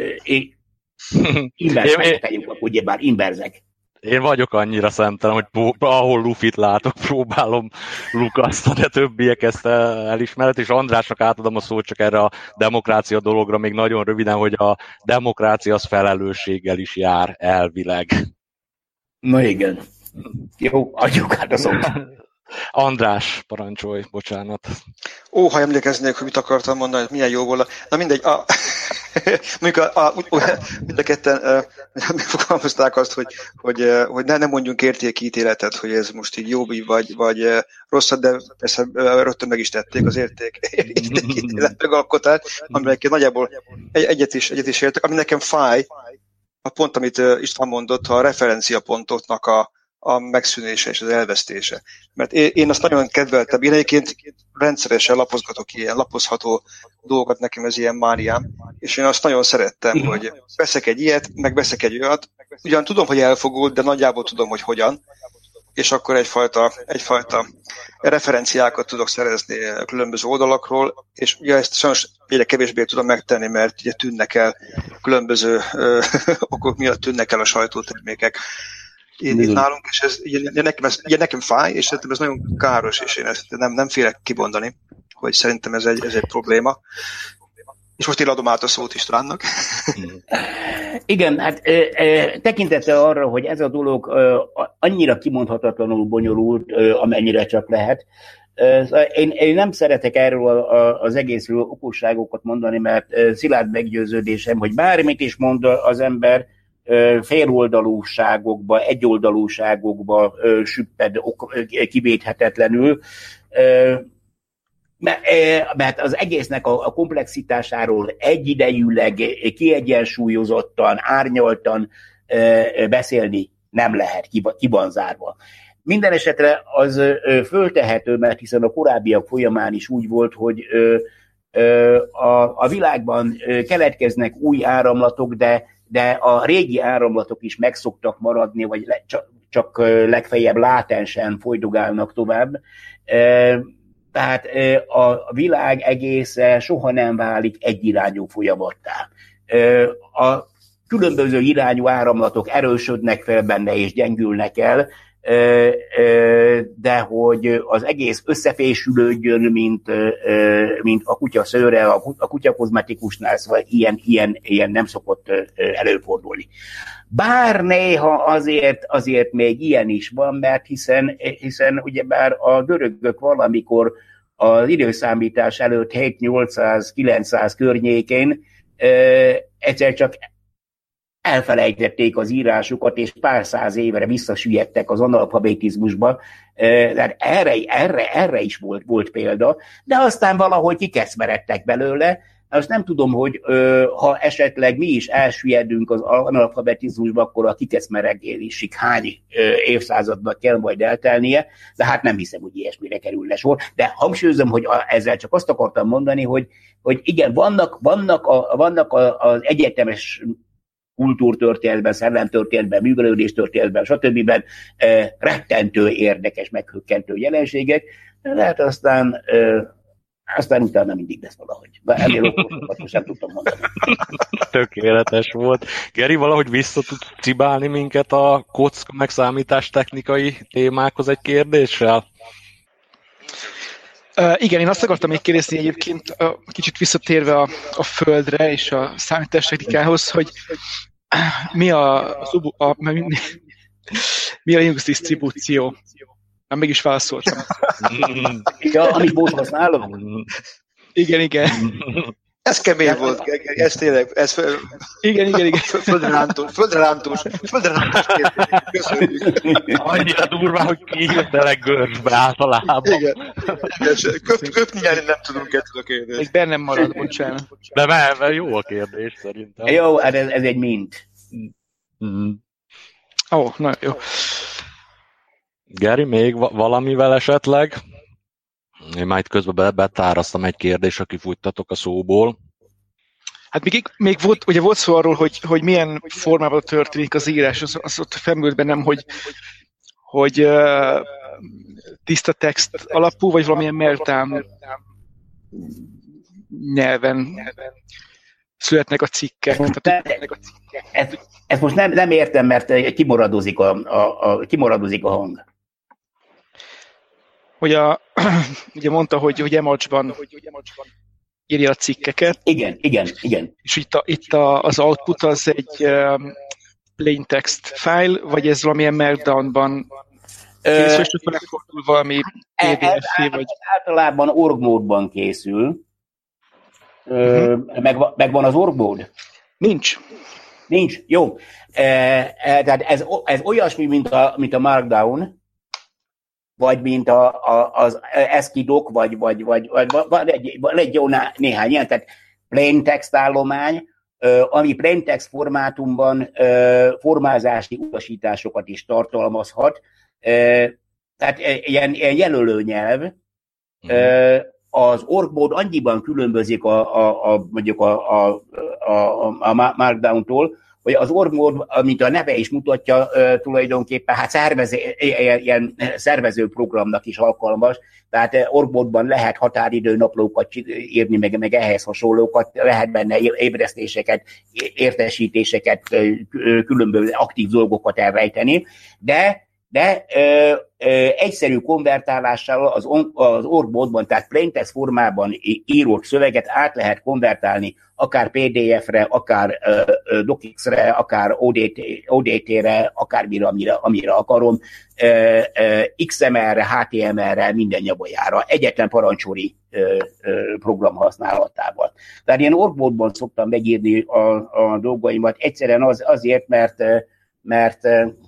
fekete lyukak, ugyebár inverzek. Én vagyok annyira szemtelen, hogy ahol Lufit látok, próbálom lukasztani, a többiek ezt elismeret, és Andrásnak átadom a szót csak erre a demokrácia dologra, még nagyon röviden, hogy a demokrácia az felelősséggel is jár elvileg. Na igen. Jó, adjuk át a szót. András, parancsolj, bocsánat. Ha emlékeznék, hogy mit akartam mondani, milyen jó volna. Na mindegy, mondjuk mind a ketten megfogalmazták azt, hogy ne mondjunk értékítéletet, hogy ez most így jobb vagy rosszabb, de persze rögtön meg is tették az értékítélet megalkotást, amivel nagyjából egyet is értek, ami nekem fáj, a pont, amit István mondott, a referenciapontoknak a megszűnése és az elvesztése. Mert én azt nagyon kedveltem. Én egyébként rendszeresen lapozgatok ilyen lapozható dolgokat, nekem ez ilyen mániám, és én azt nagyon szerettem, hogy veszek egy ilyet, meg veszek egy olyat. Ugyan tudom, hogy elfogult, de nagyjából tudom, hogy hogyan, és akkor egyfajta referenciákat tudok szerezni a különböző oldalakról, és ugye ezt sajnos egyre kevésbé tudom megtenni, mert ugye tűnnek el különböző okok miatt tűnnek el a sajtótermékek. Itt nálunk, és ez nekem fáj, és szerintem ez nagyon káros, és én ezt nem félek kimondani, hogy szerintem ez egy probléma. És most én adom át a szót Istvánnak. Igen, hát tekintettel arra, hogy ez a dolog annyira kimondhatatlanul bonyolult, amennyire csak lehet. Én nem szeretek erről az egészről okosságokat mondani, mert szilárd meggyőződésem, hogy bármit is mond az ember, féloldalúságokba, egyoldalúságokba süpped kivéthetetlenül, mert az egésznek a komplexitásáról egyidejűleg, kiegyensúlyozottan, árnyaltan beszélni nem lehet, ki van zárva. Minden esetre az föltehető, mert hiszen a korábbiak folyamán is úgy volt, hogy a világban keletkeznek új áramlatok, de a régi áramlatok is meg szoktak maradni, vagy csak legfeljebb látensen folydogálnak tovább. Tehát a világ egésze soha nem válik egyirányú folyamattá. A különböző irányú áramlatok erősödnek fel benne és gyengülnek el, de hogy az egész összefésülődjön, mint a kutya szőre, a kutya kozmetikusnál, szóval ilyen nem szokott előfordulni. Bár néha azért még ilyen is van, mert hiszen ugyebár a görögök valamikor az időszámítás előtt 7-800-900 környékén egyszer csak elfelejtették az írásukat, és pár száz évre visszasüllyedtek az analfabetizmusba. Erre is volt példa, de aztán valahogy kikeszmeredtek belőle. Azt nem tudom, hogy ha esetleg mi is elsüllyedünk az analfabetizmusba, akkor a kikeszmeregélésig hány évszázadnak kell majd eltelnie, de hát nem hiszem, hogy ilyesmire kerülne sor. De hangsúlyozom, hogy ezzel csak azt akartam mondani, hogy igen, vannak az egyetemes kultúrtörténetben, szellemtörténetben, művelődéstörténetben, stb. Rettentő érdekes, meghökkentő jelenségek, lehet aztán utána mindig lesz valahogy. Ennél okosokat most nem tudtam mondani. Tökéletes volt. Geri, valahogy vissza tud cibálni minket a kocka megszámítás technikai témákhoz egy kérdéssel? Igen, én azt akartam még kérdezni egyébként, kicsit visszatérve a Földre és a számítástechnikához, hogy mi a Linux disztribúció? Nem, mégis válaszoltam. Ja, amit most használom? Igen. Ez kemény volt, ez tényleg, Igen. Földrerántós köszönjük. Annyira durván, hogy kiírtelek görcsbe általában. Igen. Köpni nyerni nem tudunk ettől a kérdést. Még bennem marad, bocsánat. De mert jó a kérdés szerintem. Jó, ez egy mint. Nagyon jó. Geri, még valamivel esetleg? Én majd közben betárasztam egy kérdést, aki fújtatok a szóból. Hát még volt szó arról, hogy milyen formában történik az írás. Az ott felmerült bennem, hogy tiszta text alapú, vagy valamilyen Meltdown nyelven születnek a cikkek. Ezt most nem értem, mert kimaradozik a hang. Hogy ugye mondta, hogy Emacsban írja a cikkeket. Igen. És itt az output az egy plain text file, vagy ez valamilyen Markdownban készül, és akkor megfordul valami PDF-é, vagy... Általában org módban készül. Megvan az org mód? Nincs. Jó. Tehát ez olyasmi, mint a Markdown, vagy mint az ASCII doc, vagy egy jó néhány ilyen, tehát plain text állomány, ami plain text formátumban formázási utasításokat is tartalmazhat. Tehát ilyen jelölőnyelv. Az org-mód annyiban különbözik mondjuk a Markdown-tól, hogy az org-mód, mint a neve is mutatja, tulajdonképpen hát ilyen szervező programnak is alkalmas, tehát org-módban lehet határidő naplókat írni, meg ehhez hasonlókat, lehet benne ébresztéseket, értesítéseket, különböző aktív dolgokat elrejteni, de egyszerű konvertálással az org-módban, tehát plaintext formában írott szöveget át lehet konvertálni akár PDF-re, akár DocX-re, akár ODT-re, akármire, amire akarom, XML-re, HTML-re, minden nyabajára, egyetlen parancsori program használatával. Tehát ilyen org-módban szoktam megírni a dolgaimat, egyszerűen azért, mert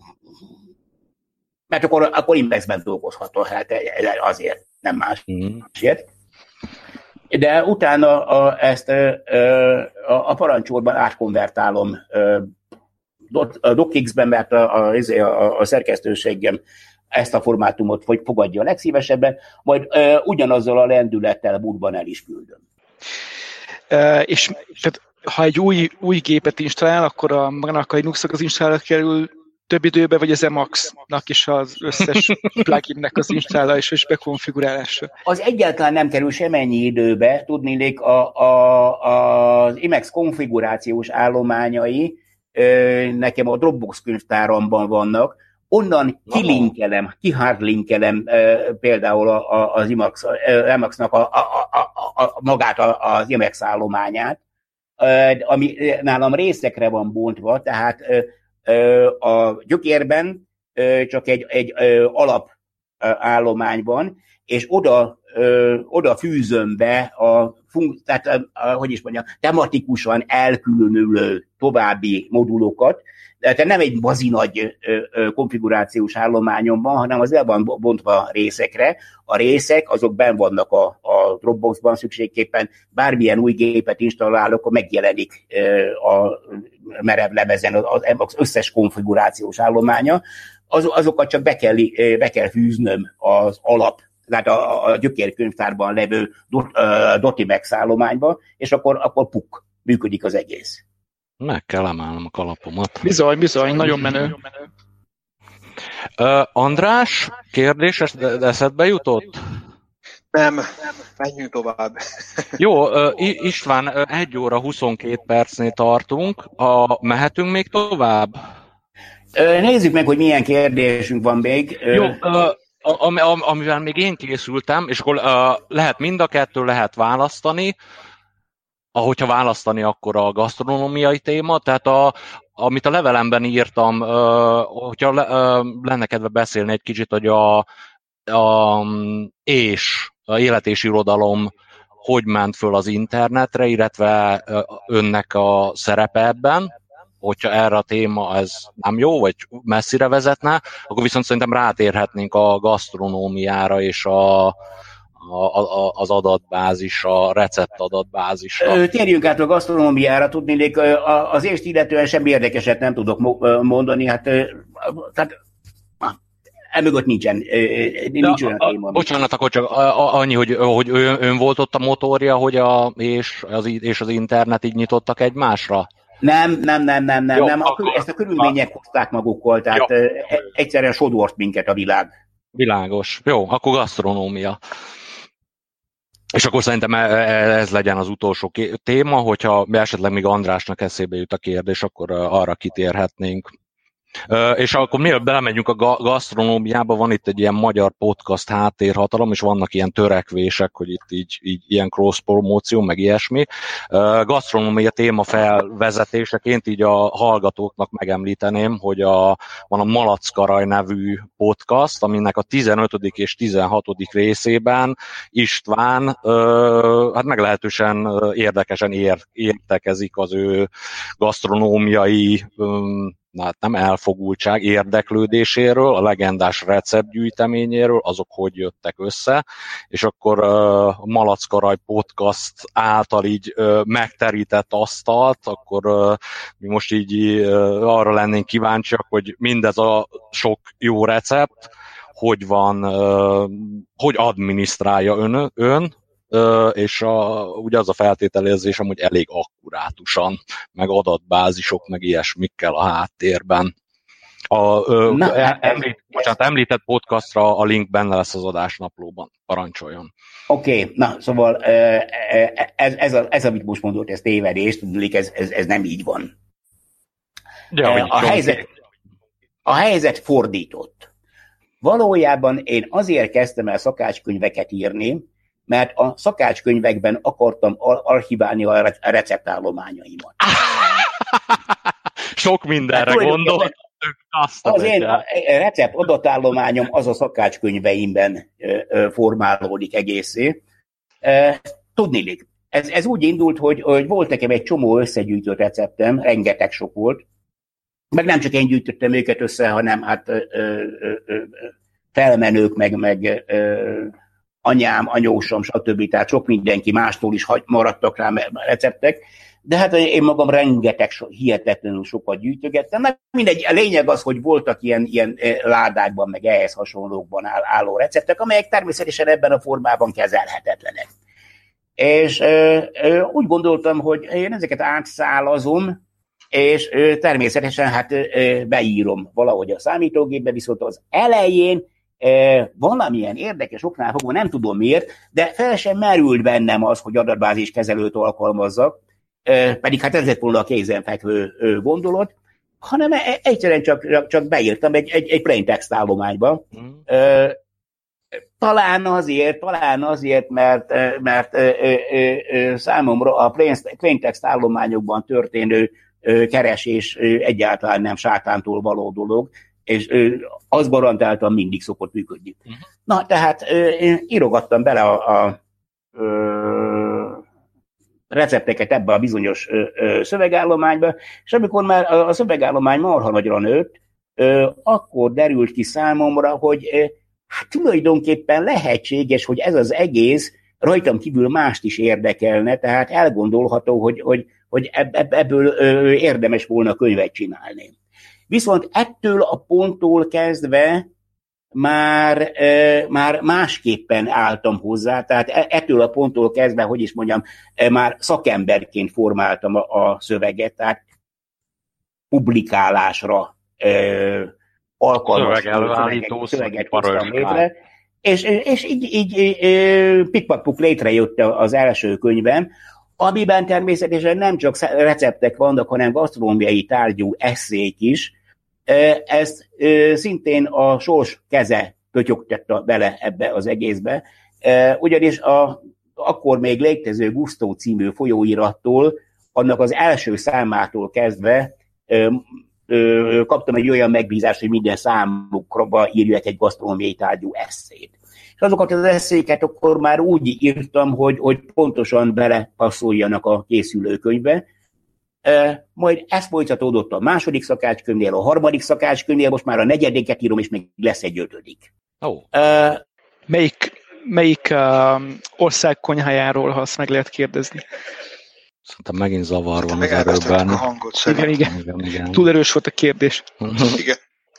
akkor indexben dolgozható, hát azért, nem másért. De utána ezt a parancsorban átkonvertálom a DocX-ben, mert a szerkesztőségem ezt a formátumot fogadja a legszívesebben, majd ugyanazzal a lendülettel bootban el is küldöm. És tehát, ha egy új gépet installál, akkor magának a Linuxnak az installálra kerül több időbe, vagy az Emacs-nak is az összes pluginnek az installálása és bekonfigurálása? Az egyáltalán nem kerül semennyi időbe, tudniillik az Emacs konfigurációs állományai nekem a Dropbox könyvtáramban vannak, onnan kihardlinkelem például az Emacs-nak magát az Emacs állományát, ami nálam részekre van bontva, tehát a gyökérben csak egy alapállomány van, és oda fűzöm be a tehát, hogy is mondjam, tematikusan elkülönülő további modulokat, tehát nem egy bazinagy konfigurációs állományom van, hanem az el van bontva részekre. A részek azok benn vannak a Dropboxban szükségképpen, bármilyen új gépet installálok, akkor megjelenik a merev lemezen az összes konfigurációs állománya. Azokat csak be kell fűznöm az alap, tehát a gyökérkönyvtárban levő Dotimex állományba, és akkor puk, működik az egész. Meg kell emelnem a kalapomat. Bizony, nagyon menő. András, kérdés eszedbe jutott? Nem, menjünk tovább. Jó, István, 1 óra 22 percnél tartunk. Mehetünk még tovább? Nézzük meg, hogy milyen kérdésünk van még. Jó, amivel még én készültem, és akkor lehet mind a kettő, lehet választani. Ahogyha választani, akkor a gasztronómiai téma, tehát amit a levelemben írtam, hogyha lenne kedve beszélni egy kicsit, hogy a élet és irodalom hogy ment föl az internetre, illetve önnek a szerepe ebben, hogyha erre a téma ez nem jó, vagy messzire vezetne, akkor viszont szerintem rátérhetnénk a gasztronómiára és az adatbázis, a recept adatbázisra. Térjünk át a gasztronómiára, tudnék, az ést illetően semmi érdekeset nem tudok mondani, tehát emögött nincs olyan téma. Bocsánat, akkor csak annyi, hogy ön volt ott a motorja, hogy és az internet így nyitottak egymásra? Nem. Jó, Ezt a körülmények hozták magukkal, tehát egyszerűen sodort minket a világ. Világos. Jó, akkor gasztronómia. És akkor szerintem ez legyen az utolsó téma, hogyha esetleg még Andrásnak eszébe jut a kérdés, akkor arra kitérhetnénk. És akkor mielőtt belemegyünk a gasztronómiába, van itt egy ilyen magyar podcast háttérhatalom, és vannak ilyen törekvések, hogy itt így ilyen cross-promóció, meg ilyesmi. Gasztronómia téma felvezetéseként így a hallgatóknak megemlíteném, hogy van a Malackaraj nevű podcast, aminek a 15. és 16. részében István hát meglehetősen érdekesen értekezik az ő gasztronómiai nem elfogultság érdeklődéséről, a legendás receptgyűjteményéről, azok hogy jöttek össze, és akkor a Malackaraj podcast által így megterített asztalt, akkor mi most így arra lennénk kíváncsiak, hogy mindez a sok jó recept, hogy van, hogy adminisztrálja ön, és ugye az a feltételezésem, hogy elég akkurátusan, meg adatbázisok, meg ilyesmikkel a háttérben. Említett podcastra a link benne lesz az adásnaplóban. Parancsoljon. Oké, na, szóval ez amit most mondott, ez tévedés, tudnék, ez nem így van. Ja, a helyzet fordított. Valójában én azért kezdtem el szakácskönyveket írni, mert a szakácskönyvekben akartam archiválni a receptállományaimat. Sok mindenre gondoltam. Az én recept adatállományom az a szakácskönyveimben formálódik egészé. Tudniillik, ez úgy indult, hogy volt nekem egy csomó összegyűjtött receptem, rengeteg sok volt, meg nem csak én gyűjtöttem őket össze, hanem hát felmenők, meg anyám, anyósom, stb. Tehát sok mindenki mástól is maradtak rá receptek, de hát én magam rengeteg, hihetetlenül sokat gyűjtögettem. Na, mindegy, a lényeg az, hogy voltak ilyen ládákban, meg ehhez hasonlókban álló receptek, amelyek természetesen ebben a formában kezelhetetlenek. És úgy gondoltam, hogy én ezeket átszálazom, és természetesen hát beírom valahogy a számítógépbe, viszont az elején valamilyen érdekes oknál fogva, nem tudom miért, de fel sem merült bennem az, hogy adatbázis kezelőt alkalmazzak, pedig hát ez lett volna a kézenfekvő gondolat, hanem egyszerűen csak beírtam egy plain text állományba. Talán azért, mert számomra a plain text állományokban történő keresés egyáltalán nem sátántól való dolog, és az garantáltan mindig szokott működni. Na, tehát én írogattam bele recepteket ebbe a bizonyos szövegállományba, és amikor már a szövegállomány marha nagyra nőtt, akkor derült ki számomra, hogy hát tulajdonképpen lehetséges, hogy ez az egész rajtam kívül mást is érdekelne, tehát elgondolható, hogy ebből érdemes volna könyvet csinálni. Viszont ettől a ponttól kezdve már másképpen álltam hozzá, tehát ettől a ponttól kezdve, hogy is mondjam, már szakemberként formáltam a szöveget, tehát publikálásra alkalmas szöveget hoztam létre, és így pikpakpuk létrejött az első könyvem, amiben természetesen nem csak receptek vannak, hanem gasztronómiai tárgyú esszék is. Ezt szintén a sors keze pötyögtette bele ebbe az egészbe, ugyanis akkor még létező Gusto című folyóirattól, annak az első számától kezdve kaptam egy olyan megbízást, hogy minden számukra írjak egy gasztronómiai tárgyú esszét. És azokat az esszéket akkor már úgy írtam, hogy pontosan belepasszoljanak a készülő könyvbe. Majd ez folytatódott a második szakácskönyvnél, a harmadik szakácskönyvnél, most már a negyediket írom, és még lesz egy ötödik. Oh. Melyik ország konyhájáról, ha azt meg lehet kérdezni? Szerintem megint zavar van az erőben. A hangot, igen. Túl erős volt a kérdés. Igen.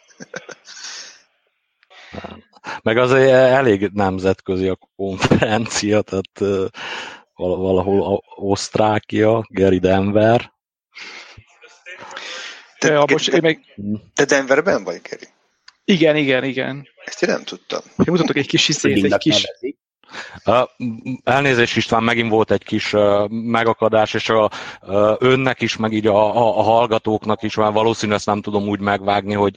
Meg azért elég nemzetközi a konferencia, tehát valahol Osztrákia, Gary Denver. Te Denverben vagy, Gary? Igen. Ezt én nem tudtam. Én mutatok egy kis Elnézést István, megint volt egy kis megakadás, és önnek is, meg így a hallgatóknak is, mert valószínűleg ezt nem tudom úgy megvágni, hogy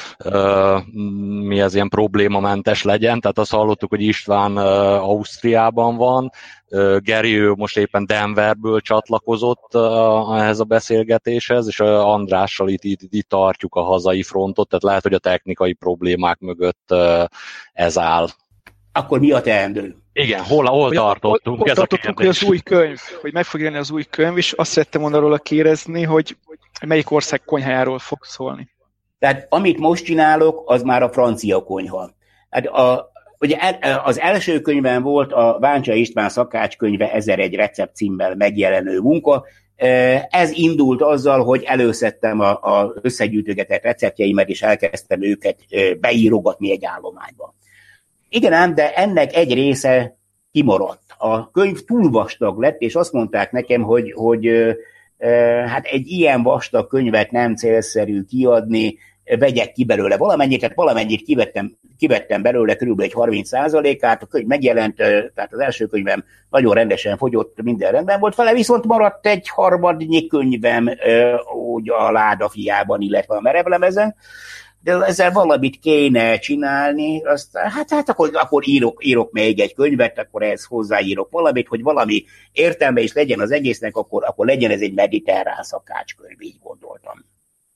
mi ez ilyen problémamentes legyen. Tehát azt hallottuk, hogy István Ausztriában van, Geri ő most éppen Denverből csatlakozott ehhez a beszélgetéshez, és Andrással itt tartjuk a hazai frontot, tehát lehet, hogy a technikai problémák mögött ez áll. Akkor mi a teendő? Igen, hol tartottunk? Ott tartottunk, hogy az új könyv, hogy meg fog jelenni az új könyv, és azt szerettem volna róla kérdezni, hogy melyik ország konyhájáról fog szólni. Tehát amit most csinálok, az már a francia konyha. Hát ugye az első könyvben volt a Váncsa István szakácskönyve 1001 recept címmel megjelenő munka. Ez indult azzal, hogy előszedtem az összegyűjtögetett receptjeimet, és elkezdtem őket beírogatni egy állományba. Igen ám, de ennek egy része kimaradt. A könyv túl vastag lett, és azt mondták nekem, hogy hát egy ilyen vastag könyvet nem célszerű kiadni, vegyek ki belőle valamennyit, tehát valamennyit kivettem belőle, körülbelül egy 30%-át, a könyv megjelent, tehát az első könyvem nagyon rendesen fogyott, minden rendben volt vele, viszont maradt egy harmadnyi könyvem úgy a ládafiában, illetve a merevlemezen, de ezzel valamit kéne csinálni, hát akkor írok még egy könyvet, akkor ehhez hozzáírok valamit, hogy valami értelme is legyen az egésznek, akkor legyen ez egy mediterrán szakácskönyv, így gondoltam.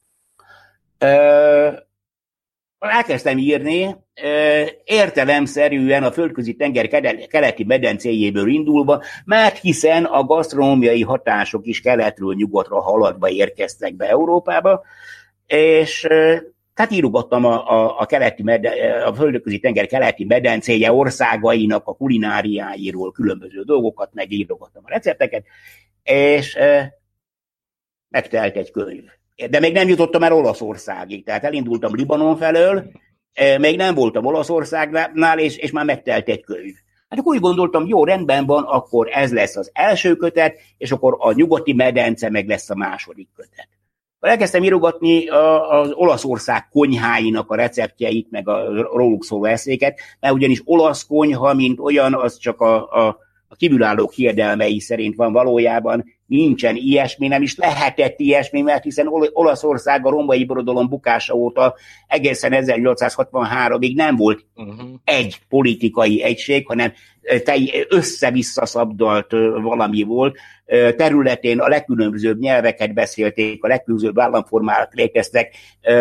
Elkezdtem írni, értelemszerűen a földközi tenger keleti medencéjéből indulva, mert hiszen a gasztronómiai hatások is keletről nyugatra haladva érkeztek be Európába, és tehát írogattam a földközi tenger keleti medencéje országainak a kulináriáiról különböző dolgokat, meg írogattam a recepteket, és megtelt egy könyv. De még nem jutottam el Olaszországig, tehát elindultam Libanon felől, még nem voltam Olaszországnál, és már megtelt egy könyv. Hát akkor úgy gondoltam, jó, rendben van, akkor ez lesz az első kötet, és akkor a nyugati medence meg lesz a második kötet. Elkezdtem írogatni az Olaszország konyháinak a receptjeit, meg a róluk szóló eszéket, mert ugyanis olasz konyha, mint olyan, az csak a kívülállók hiedelmei szerint van valójában, nincsen ilyesmi, nem is lehetett ilyesmi, mert hiszen Olaszország a római birodalom bukása óta egészen 1863-ig nem volt egy politikai egység, hanem össze-vissza szabdalt valami volt. Területén a legkülönbözőbb nyelveket beszélték, a legkülönbözőbb államformák léteztek.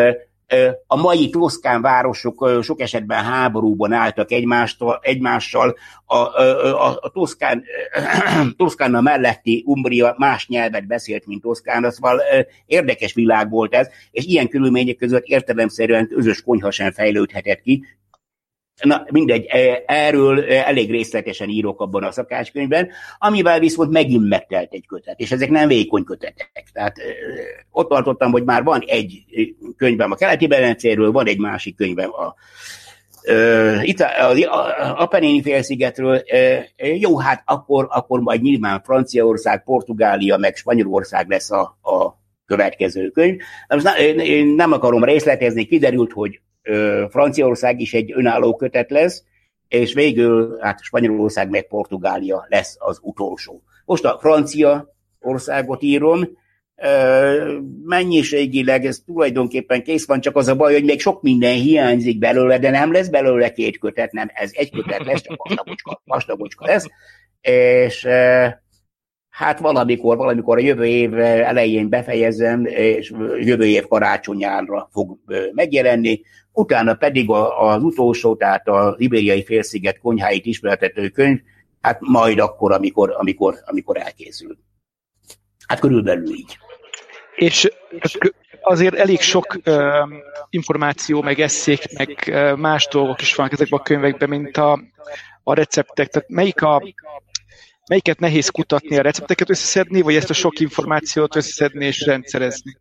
A mai toszkán városok sok esetben háborúban álltak egymással. A Toszkána melletti Umbria más nyelvet beszélt, mint Toszkána, szóval érdekes világ volt ez, és ilyen körülmények között értelemszerűen közös konyha sem fejlődhetett ki. Na, mindegy, erről elég részletesen írok abban a szakácskönyvben, amivel viszont megint megtelt egy kötet, és ezek nem vékony kötetek. Tehát ott tartottam, hogy már van egy könyvem a Keleti-Berencéről, van egy másik könyvem itt az Apennini félszigetről. Jó, hát akkor majd nyilván Franciaország, Portugália, meg Spanyolország lesz a következő könyv. Én nem akarom részletezni, kiderült, hogy Franciaország is egy önálló kötet lesz, és végül hát Spanyolország meg Portugália lesz az utolsó. Most a Francia országot írom, mennyiségileg ez tulajdonképpen kész van, csak az a baj, hogy még sok minden hiányzik belőle, de nem lesz belőle 2 kötet, nem, ez egy kötet lesz, csak vastagocska lesz, és hát valamikor a jövő év elején befejezem, és jövő év karácsonyára fog megjelenni, utána pedig az utolsó, tehát az Ibériai félsziget konyháit ismertető könyv, hát majd akkor, amikor elkészül. Hát körülbelül így. És azért elég sok információ, meg eszék, meg más dolgok is vannak ezekben a könyvekben, mint a receptek. Tehát melyiket nehéz kutatni, a recepteket összeszedni, vagy ezt a sok információt összeszedni és rendszerezni?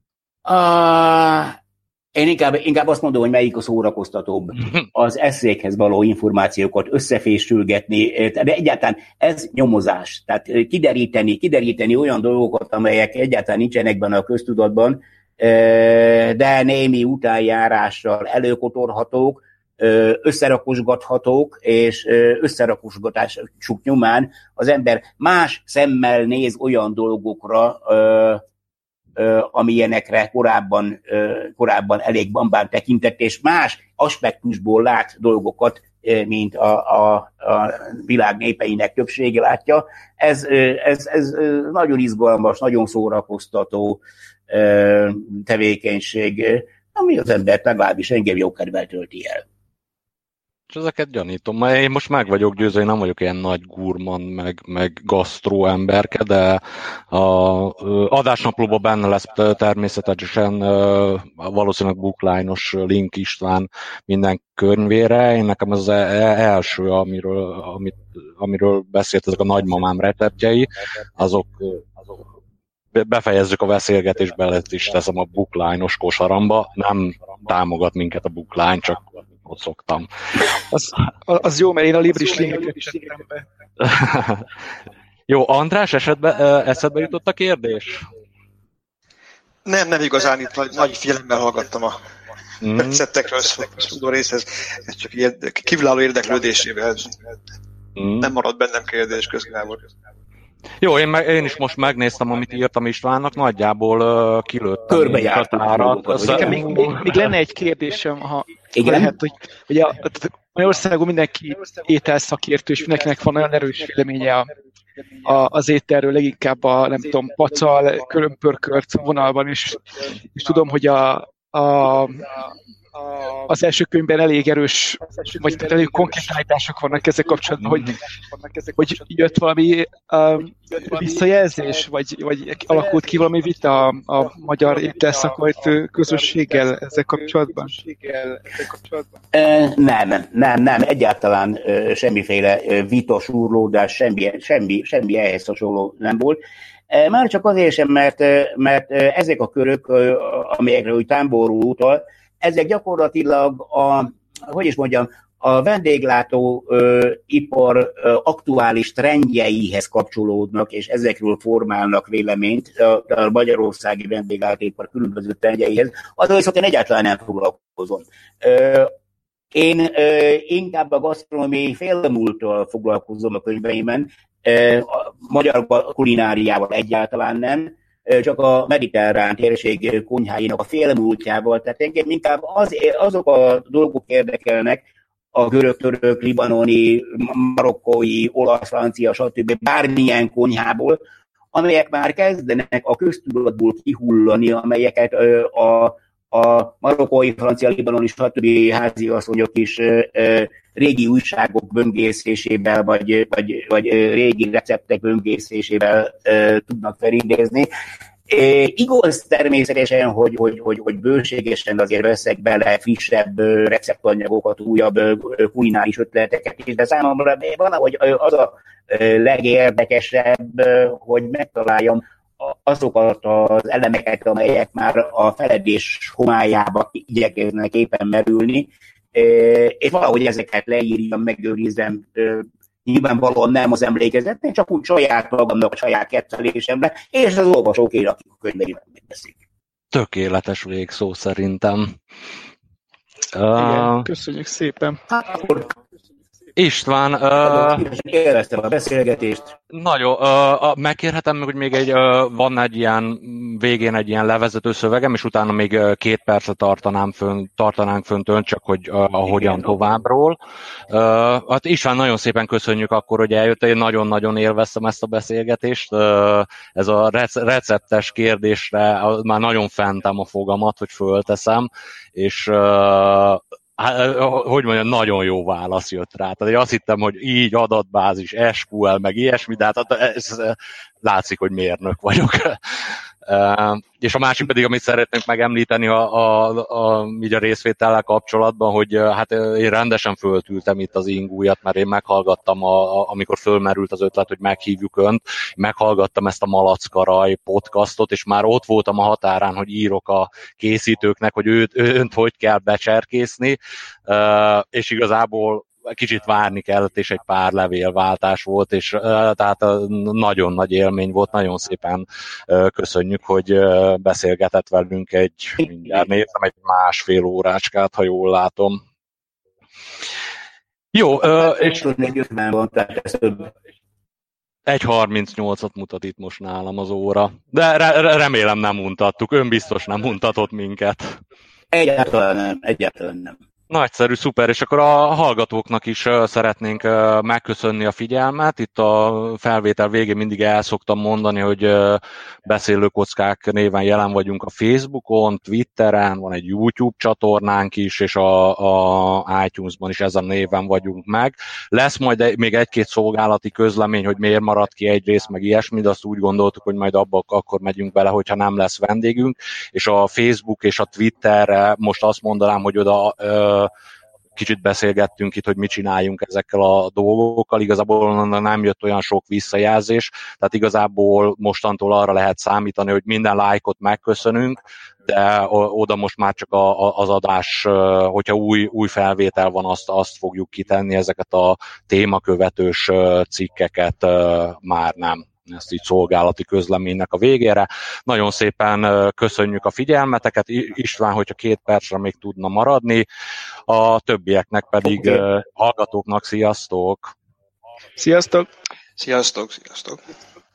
Én inkább azt mondom, hogy melyik a szórakoztatóbb. Az eszékhez való információkat összefésülgetni, de egyáltalán ez nyomozás. Tehát kideríteni olyan dolgokat, amelyek egyáltalán nincsenek benne a köztudatban, de némi utánjárással előkotorhatók, összerakosgathatók, és összerakosgatásuk nyomán az ember más szemmel néz olyan dolgokra, amilyenekre korábban elég bambán tekintett, és más aspektusból lát dolgokat, mint a világ népeinek többsége látja. Ez nagyon izgalmas, nagyon szórakoztató tevékenység, ami az embert legalábbis engem jókedvel tölti el. És ezeket gyanítom, mert én most meg vagyok győzve, én nem vagyok ilyen nagy gurmand, meg gasztró emberke, de a adásnaplóban benne lesz természetesen valószínűleg bookline-os link István minden könyvére. Én nekem ez az első, amiről beszélt, ezek a nagymamám receptjei, azok befejezzük a beszélgetést, bele is teszem a bookline-os kosaramba, nem támogat minket a bookline, csak ott szoktam. Az jó, mert én a Libris linkeket tettem be. Jó, András, eszedbe jutott a kérdés? Nem igazán, itt nagy figyelemmel hallgattam a receptekről szóló részhez. Ez csak kívülálló érdeklődésével. Nem maradt bennem kérdés, Gábor. Jó, én is most megnéztem, amit írtam Istvánnak, nagyjából kilőttem határat. Még lenne egy kérdésem, ha lehet, hogy ugye Magyarországon mindenki ételszakértő, és mindenkinek van olyan erős véleménye az ételről, leginkább nem tudom, pacal, körömpörkört vonalban, és tudom, hogy az első könyvben elég erős, vagy elég konkrét állítások vannak ezzel kapcsolatban, hogy jött valami visszajelzés, vagy alakult ki valami vita a magyar ételszakértő közösséggel ezzel kapcsolatban? Nem, egyáltalán semmiféle vita, surlódás, semmi ehhez hasonló nem volt. Már csak azért sem, mert ezek a körök, amelyekre úgy Támbor úr utal, ezek gyakorlatilag a vendéglátó ipar aktuális trendjeihez kapcsolódnak, és ezekről formálnak véleményt a magyarországi vendéglátóipar különböző trendjeihez. Azzal viszont én egyáltalán nem foglalkozom. Én inkább a gasztronómiai félmúlttal foglalkozom a könyveimben, a magyar kulináriával egyáltalán nem, csak a mediterrán térség konyháinak a félmúltjával. Tehát engem inkább azok a dolgok érdekelnek, a görög, török, libanoni, marokkói, olasz, francia, stb. Bármilyen konyhából, amelyek már kezdenek a köztudatból kihullani, amelyeket a marokkói, francia, libanoni, stb. Háziasszonyok is régi újságok böngészésével, vagy régi receptek böngészésével tudnak felidézni. Igaz természetesen, hogy bőségesen azért veszek bele frissebb receptanyagokat, újabb kulináris ötleteket is, de számomra valahogy az a legérdekesebb, hogy megtaláljam azokat az elemeket, amelyek már a feledés homályába igyekeznek éppen merülni, és valahogy ezeket leírjam, megőrizzem, nyilvánvalóan nem az emlékezetnek, csak úgy saját magamnak, a saját kettelésemre, és az olvasóké, akik a könyveiben megbeszik. Tökéletes végszó szerintem. Igen, köszönjük szépen. Hát akkor István, élveztem a beszélgetést. nagyon, megkérhetem meg, hogy még van egy ilyen, végén egy ilyen levezető szövegem, és utána még 2 percet tartanánk föntön, csak hogy hogyan továbbról. Hát István, nagyon szépen köszönjük akkor, hogy eljött, én nagyon-nagyon élveztem ezt a beszélgetést. Ez a receptes kérdésre már nagyon fentem a fogamat, hogy fölteszem, és hogy mondjam, nagyon jó válasz jött rá. Tehát én azt hittem, hogy így adatbázis, SQL, meg ilyesmi, de hát ez látszik, hogy mérnök vagyok. És a másik pedig, amit szeretnénk megemlíteni így a részvétellel kapcsolatban, hogy hát én rendesen föltültem itt az ingújat, mert én meghallgattam, amikor fölmerült az ötlet, hogy meghívjuk Önt, meghallgattam ezt a Malackaraj podcastot, és már ott voltam a határán, hogy írok a készítőknek, hogy Önt hogy kell becserkészni, és igazából kicsit várni kellett, és egy pár levélváltás volt, és tehát nagyon nagy élmény volt, nagyon szépen köszönjük, hogy beszélgetett velünk mindjárt nézem, egy 1,5 órácskát, ha jól látom. Jó, és 1:38-at mutat itt most nálam az óra, de remélem nem untattuk, ön biztos nem untatott minket. Egyáltalán nem. Nagyszerű, szuper, és akkor a hallgatóknak is szeretnénk megköszönni a figyelmet. Itt a felvétel végén mindig el szoktam mondani, hogy Beszélőkockák néven jelen vagyunk a Facebookon, Twitteren, van egy YouTube csatornánk is, és a iTunes-ban is ezen néven vagyunk meg. Lesz majd még 1-2 szolgálati közlemény, hogy miért maradt ki egy rész, meg ilyesmi, de azt úgy gondoltuk, hogy majd abba akkor megyünk bele, hogyha nem lesz vendégünk, és a Facebook és a Twitterre most azt mondanám, hogy oda kicsit beszélgettünk itt, hogy mit csináljunk ezekkel a dolgokkal, igazából nem jött olyan sok visszajelzés, tehát igazából mostantól arra lehet számítani, hogy minden lájkot megköszönünk, de oda most már csak az adás, hogyha új felvétel van, azt fogjuk kitenni, ezeket a témakövetős cikkeket már nem. Ezt így szolgálati közleménynek a végére. Nagyon szépen köszönjük a figyelmeteket. István, hogyha 2 percre még tudna maradni, a többieknek pedig hallgatóknak sziasztok! Sziasztok! Sziasztok!